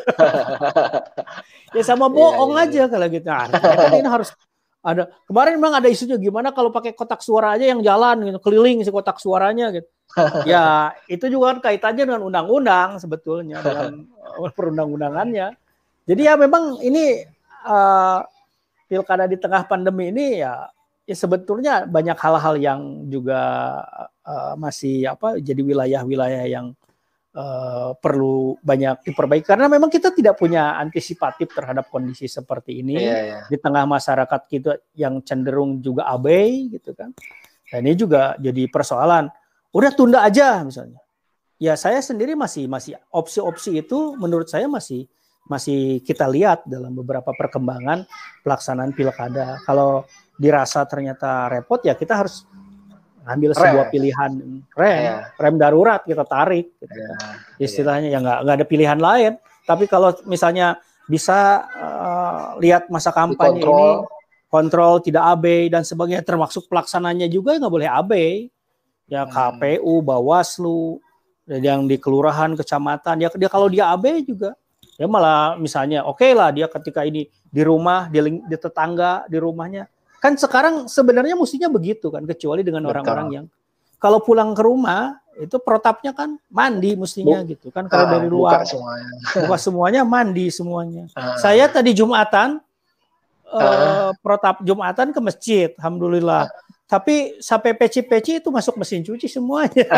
Ya sama bohong iya, iya. aja kalau gitu. Nah, kan ini harus ada. Kemarin memang ada isunya gimana kalau pakai kotak suara aja yang jalan gitu, keliling si kotak suaranya gitu. Ya itu juga kan kaitannya dengan undang-undang sebetulnya dengan perundang-undangannya. Jadi ya memang ini uh, pilkada di tengah pandemi ini ya ya sebetulnya banyak hal-hal yang juga uh, masih apa jadi wilayah-wilayah yang uh, perlu banyak diperbaiki karena memang kita tidak punya antisipatif terhadap kondisi seperti ini yeah, yeah. di tengah masyarakat kita yang cenderung juga abai gitu kan. Dan ini juga jadi persoalan. Udah tunda aja misalnya. Ya saya sendiri masih masih opsi-opsi itu menurut saya masih masih kita lihat dalam beberapa perkembangan pelaksanaan pilkada. Kalau dirasa ternyata repot ya kita harus ambil sebuah pilihan rem, yeah. rem darurat kita tarik. Gitu. Yeah. Istilahnya yeah. ya nggak nggak ada pilihan lain. Tapi kalau misalnya bisa uh, lihat masa kampanye dikontrol. Ini kontrol tidak abai dan sebagainya termasuk pelaksananya juga nggak boleh abai. Ya hmm. K P U, Bawaslu, yang di kelurahan, kecamatan ya dia kalau dia abai juga ya malah misalnya oke okay lah dia ketika ini di rumah di, di tetangga di rumahnya. Kan sekarang sebenarnya mestinya begitu kan, kecuali dengan Betul. orang-orang yang kalau pulang ke rumah itu protapnya kan mandi mestinya Bu, gitu kan kalau uh, dari luar buka semuanya. buka semuanya mandi semuanya. Uh. Saya tadi Jumatan uh. Uh, protap Jumatan ke masjid, alhamdulillah. Uh. Tapi sampai peci-peci itu masuk mesin cuci semuanya.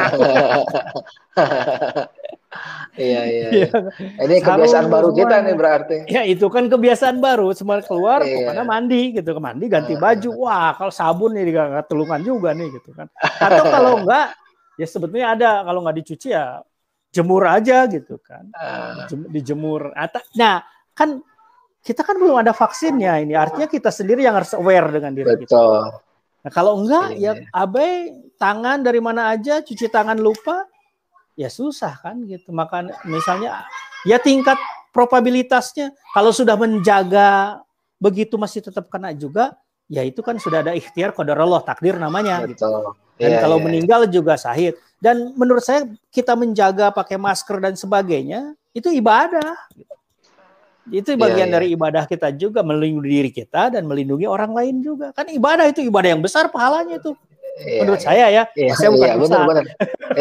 Iya, iya, iya. Ini kebiasaan baru kita nih berarti. Ya itu kan kebiasaan baru. Semua keluar, iya. Pokoknya mandi gitu. Mandi ganti baju. Wah kalau sabun nih nggak telungan juga nih gitu kan. Atau kalau enggak, ya sebetulnya ada. Kalau nggak dicuci ya jemur aja gitu kan. Dijemur. Nah kan kita kan belum ada vaksinnya ini. Artinya kita sendiri yang harus aware dengan diri Betul. kita. Nah kalau enggak iya. ya abai tangan dari mana aja, cuci tangan lupa. ya susah kan gitu. Maka misalnya ya tingkat probabilitasnya kalau sudah menjaga begitu masih tetap kena juga, ya itu kan sudah ada ikhtiar qadarullah, takdir namanya. Betul. Gitu. Dan yeah, kalau yeah. meninggal juga syahid. Dan menurut saya kita menjaga pakai masker dan sebagainya itu ibadah. Itu bagian yeah, yeah. dari ibadah kita juga, melindungi diri kita dan melindungi orang lain juga. Kan ibadah itu ibadah yang besar pahalanya itu. Yeah, menurut yeah. saya ya, yeah, saya bukan yeah, ustadz. Benar, benar.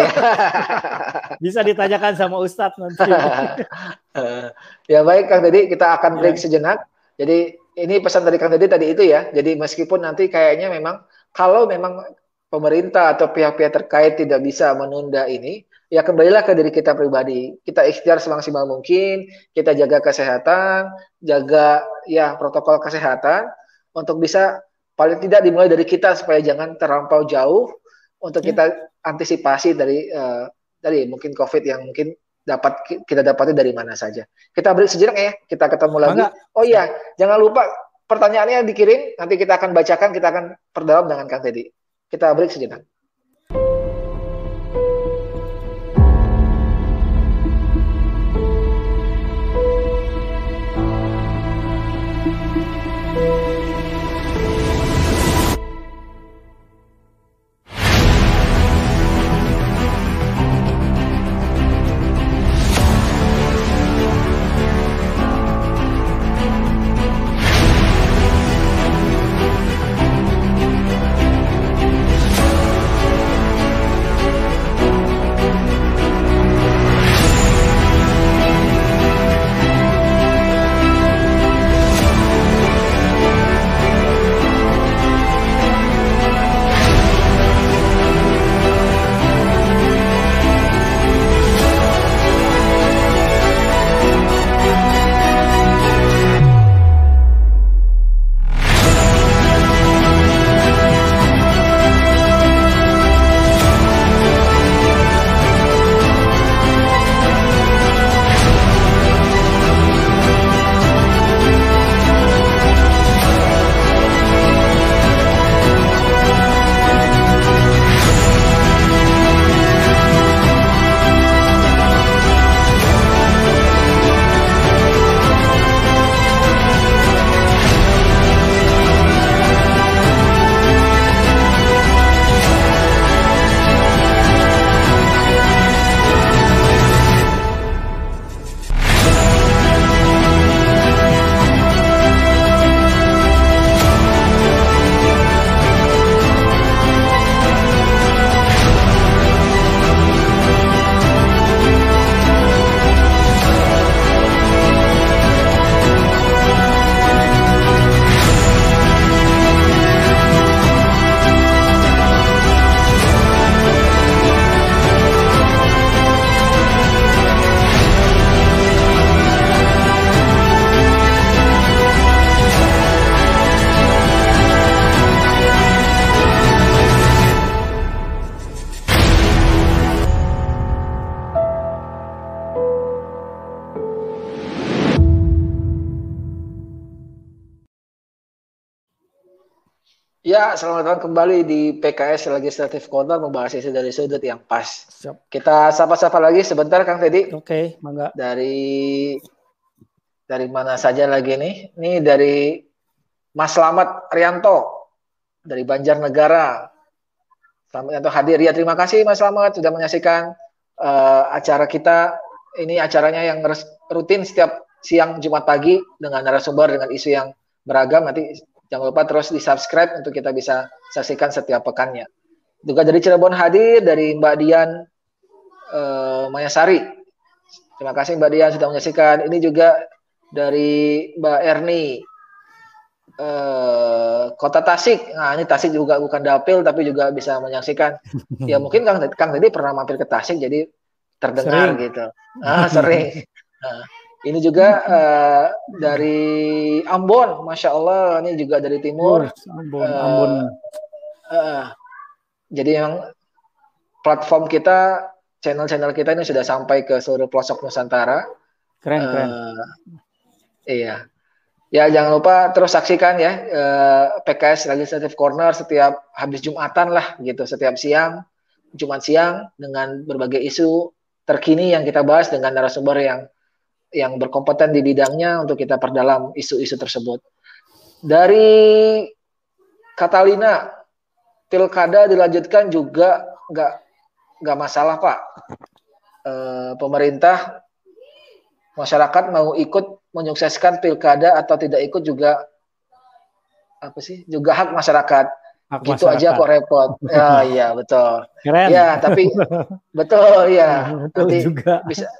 Bisa ditanyakan sama ustadz nanti. Ya baik Kang Deddy, kita akan break yeah. sejenak. Jadi ini pesan dari Kang Deddy tadi itu ya. Jadi meskipun nanti kayaknya memang kalau memang pemerintah atau pihak-pihak terkait tidak bisa menunda ini, ya kembalilah ke diri kita pribadi. Kita ikhtiar semaksimal mungkin, kita jaga kesehatan, jaga ya protokol kesehatan untuk bisa paling tidak dimulai dari kita supaya jangan terlampau jauh untuk ya. Kita antisipasi dari uh, dari mungkin COVID yang mungkin dapat kita dapati dari mana saja. Kita break sejenak ya, kita ketemu lagi. Mangga. Oh iya, jangan lupa pertanyaannya dikirim, nanti kita akan bacakan, kita akan perdalam dengan Kang Deddy. Kita break sejenak. Ya, selamat datang kembali di P K S Legislative Corner membahas isu dari sudut yang pas. Siap. Kita sapa-sapa lagi sebentar Kang Deddy. Oke, okay, mangga. Dari dari mana saja lagi nih? Ini dari Mas Slamet Rianto dari Banjarnegara. Selamat Rianto hadir. Ya, terima kasih Mas Slamet sudah menyaksikan uh, acara kita. Ini acaranya yang rutin setiap siang Jumat pagi dengan narasumber dengan isu yang beragam. Nanti jangan lupa terus di-subscribe untuk kita bisa saksikan setiap pekannya. Juga dari Cirebon hadir, dari Mbak Dian uh, Mayasari. Terima kasih Mbak Dian sudah menyaksikan. Ini juga dari Mbak Erni, uh, Kota Tasik. Nah ini Tasik juga bukan dapil, tapi juga bisa menyaksikan. Ya mungkin Kang, Kang Deddy pernah mampir ke Tasik, jadi terdengar sering. Gitu. Ah, sering. Nah, ini juga uh, dari Ambon, Masya Allah, ini juga dari timur. Oh, Ambon, uh, Ambon. Uh, jadi yang platform kita, channel-channel kita ini sudah sampai ke seluruh pelosok Nusantara. Keren, uh, keren. Iya. Ya, jangan lupa terus saksikan ya uh, P K S Legislative Corner setiap habis Jumatan lah gitu, setiap siang, Jumat siang dengan berbagai isu terkini yang kita bahas dengan narasumber yang yang berkompeten di bidangnya untuk kita perdalam isu-isu tersebut. Dari Catalina, pilkada dilanjutkan juga nggak nggak masalah Pak. E, pemerintah, masyarakat mau ikut menyukseskan pilkada atau tidak ikut juga apa sih? Juga hak masyarakat. Hak gitu masyarakat. aja kok repot. Ya, iya betul. Keren. Ya, tapi betul ya. Betul Nanti juga. bisa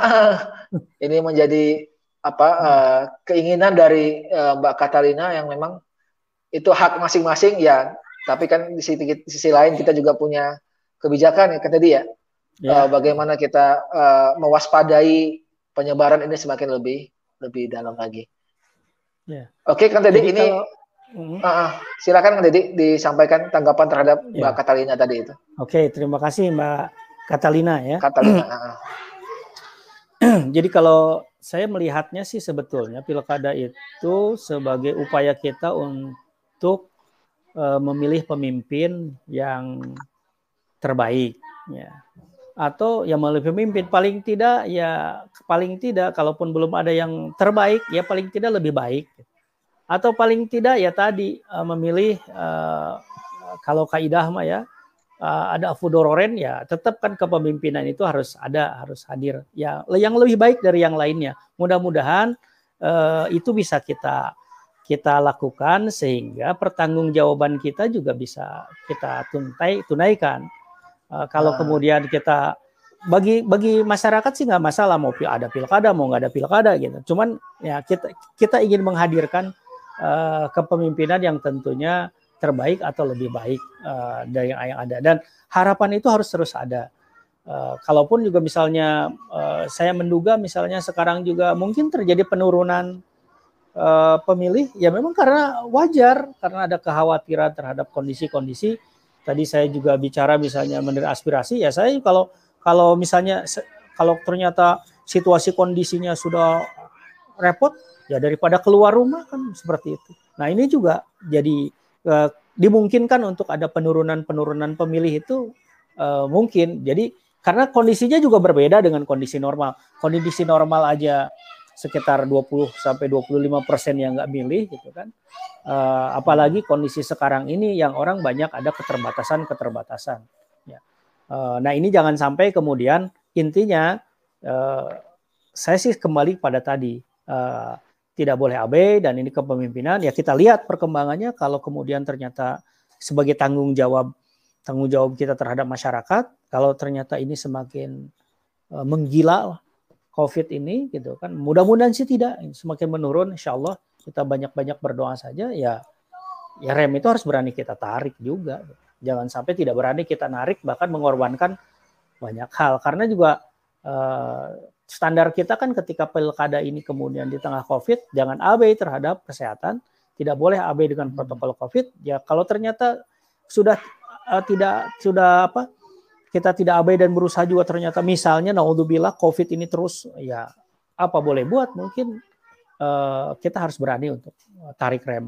ini menjadi apa uh, keinginan dari uh, Mbak Catalina yang memang itu hak masing-masing ya. Tapi kan di sisi, di sisi lain kita juga punya kebijakan ya kan tadi ya. Ya. Uh, bagaimana kita uh, mewaspadai penyebaran ini semakin lebih lebih dalam lagi. Ya. Oke kan tadi Jadi ini kalau... Uh, uh, silakan Deddy disampaikan tanggapan terhadap ya. Mbak Catalina tadi itu. Oke, terima kasih Mbak Catalina ya. Catalina. uh. Jadi kalau saya melihatnya sih sebetulnya pilkada itu sebagai upaya kita untuk uh, memilih pemimpin yang terbaik, ya. Atau yang memilih pemimpin paling tidak ya paling tidak kalaupun belum ada yang terbaik ya paling tidak lebih baik. Atau paling tidak ya tadi uh, memilih uh, kalau kaidah mah ya uh, ada afudororen ya tetap kan kepemimpinan itu harus ada harus hadir ya yang lebih baik dari yang lainnya. Mudah-mudahan uh, itu bisa kita kita lakukan sehingga pertanggungjawaban kita juga bisa kita tuntai tunaikan. Uh, kalau ah. kemudian kita bagi bagi masyarakat sih nggak masalah mau ada pilkada mau nggak ada pilkada gitu. Cuman ya kita kita ingin menghadirkan Uh, kepemimpinan yang tentunya terbaik atau lebih baik uh, dari yang ada dan harapan itu harus terus ada. Uh, kalaupun juga misalnya uh, saya menduga misalnya sekarang juga mungkin terjadi penurunan uh, pemilih ya memang karena wajar karena ada kekhawatiran terhadap kondisi-kondisi. Tadi saya juga bicara misalnya menerima aspirasi ya saya kalau kalau misalnya kalau ternyata situasi kondisinya sudah repot ya daripada keluar rumah kan seperti itu. Nah ini juga jadi uh, dimungkinkan untuk ada penurunan-penurunan pemilih itu uh, mungkin. Jadi karena kondisinya juga berbeda dengan kondisi normal. Kondisi normal aja sekitar dua puluh sampai dua puluh lima persen yang nggak milih gitu kan. Uh, apalagi kondisi sekarang ini yang orang banyak ada keterbatasan-keterbatasan. Ya. Uh, nah ini jangan sampai kemudian intinya uh, saya sih kembali pada tadi. Uh, tidak boleh abai dan ini kepemimpinan ya kita lihat perkembangannya kalau kemudian ternyata sebagai tanggung jawab tanggung jawab kita terhadap masyarakat kalau ternyata ini semakin uh, menggila COVID ini gitu kan mudah-mudahan sih tidak semakin menurun insyaallah kita banyak-banyak berdoa saja ya ya rem itu harus berani kita tarik juga jangan sampai tidak berani kita narik bahkan mengorbankan banyak hal karena juga uh, standar kita kan ketika pilkada ini kemudian di tengah COVID, jangan abai terhadap kesehatan, tidak boleh abai dengan protokol COVID. Ya kalau ternyata sudah uh, tidak sudah apa kita tidak abai dan berusaha juga ternyata misalnya naudzubillah COVID ini terus ya apa boleh buat mungkin uh, kita harus berani untuk tarik rem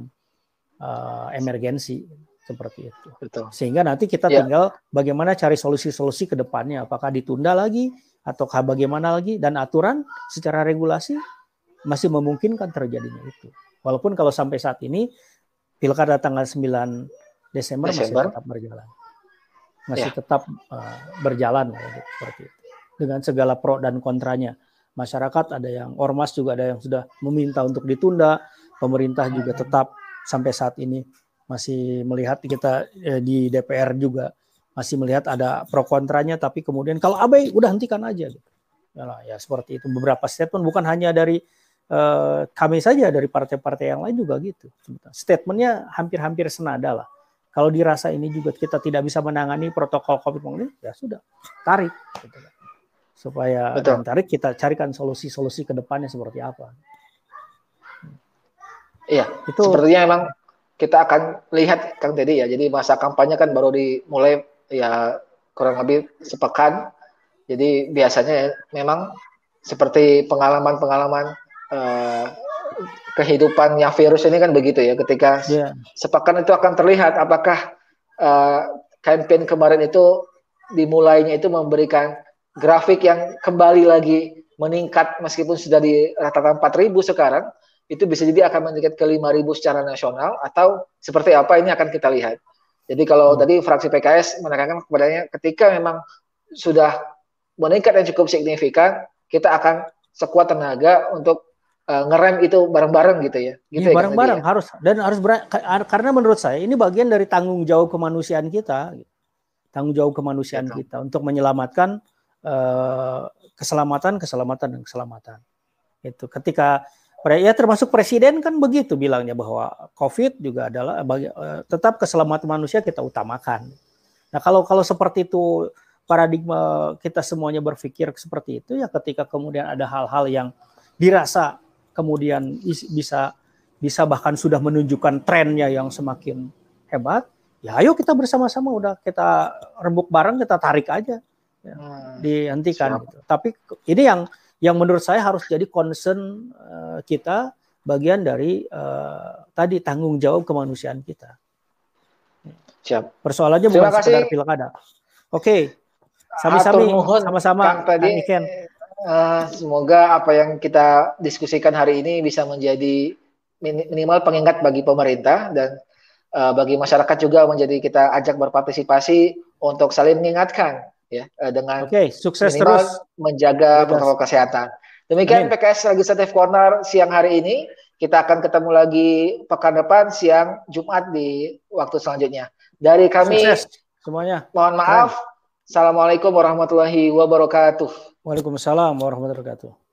uh, emergensi seperti itu. Betul. Sehingga nanti kita ya. tinggal bagaimana cari solusi-solusi ke depannya apakah ditunda lagi ataukah bagaimana lagi dan aturan secara regulasi masih memungkinkan terjadinya itu. Walaupun kalau sampai saat ini pilkada tanggal sembilan Desember, Desember. masih tetap berjalan. Masih ya. tetap uh, berjalan gitu, seperti itu. Dengan segala pro dan kontranya. Masyarakat ada yang ormas juga ada yang sudah meminta untuk ditunda, pemerintah juga tetap sampai saat ini masih melihat kita eh, di D P R juga masih melihat ada pro kontranya, tapi kemudian kalau abai udah hentikan aja gitu. Nah, ya seperti itu beberapa statement bukan hanya dari uh, kami saja, dari partai-partai yang lain juga gitu. Statementnya hampir-hampir senada lah. Kalau dirasa ini juga kita tidak bisa menangani protokol COVID sembilan belas, ya sudah tarik. Gitu. Supaya dan tarik kita carikan solusi-solusi ke depannya seperti apa. Iya, itu sepertinya memang kita akan lihat Kang Deddy ya. Jadi masa kampanye kan baru dimulai ya kurang lebih sepekan. Jadi biasanya memang seperti pengalaman-pengalaman eh, kehidupan yang virus ini kan begitu ya. Ketika yeah. sepekan itu akan terlihat apakah eh, campaign kemarin itu dimulainya itu memberikan grafik yang kembali lagi meningkat meskipun sudah di rata-rata empat ribu sekarang, itu bisa jadi akan meningkat ke lima ribu secara nasional atau seperti apa ini akan kita lihat. Jadi kalau hmm. tadi fraksi P K S menekankan kepadanya ketika memang sudah meningkat yang cukup signifikan, kita akan sekuat tenaga untuk uh, ngerem itu bareng-bareng gitu ya. Gitu ya, bareng-bareng ya, harus dan harus ber, karena menurut saya ini bagian dari tanggung jawab kemanusiaan kita, tanggung jawab kemanusiaan Betul. kita untuk menyelamatkan uh, keselamatan, keselamatan dan keselamatan. Itu ketika ya termasuk presiden kan begitu bilangnya bahwa COVID juga adalah bagi, uh, tetap keselamatan manusia kita utamakan. Nah kalau kalau seperti itu paradigma kita semuanya berpikir seperti itu ya ketika kemudian ada hal-hal yang dirasa kemudian bisa bisa bahkan sudah menunjukkan trennya yang semakin hebat, ya ayo kita bersama-sama udah kita rembuk bareng, kita tarik aja, ya, hmm, dihentikan. Gitu. Tapi ini yang yang menurut saya harus jadi concern uh, kita, bagian dari uh, tadi tanggung jawab kemanusiaan kita. Siap. Persoalannya bukan sekedar pilkada. Oke, sami-sami, sama-sama. Tadi, uh, semoga apa yang kita diskusikan hari ini bisa menjadi minimal pengingat bagi pemerintah dan uh, bagi masyarakat juga menjadi kita ajak berpartisipasi untuk saling mengingatkan ya uh, dengan okay, sukses minimal terus menjaga protokol kesehatan. Demikian Amin. P K S Legislative Corner siang hari ini. Kita akan ketemu lagi pekan depan siang Jumat di waktu selanjutnya. Dari kami sukses semuanya. Mohon maaf. Amin. Assalamualaikum warahmatullahi wabarakatuh. Waalaikumsalam warahmatullahi wabarakatuh.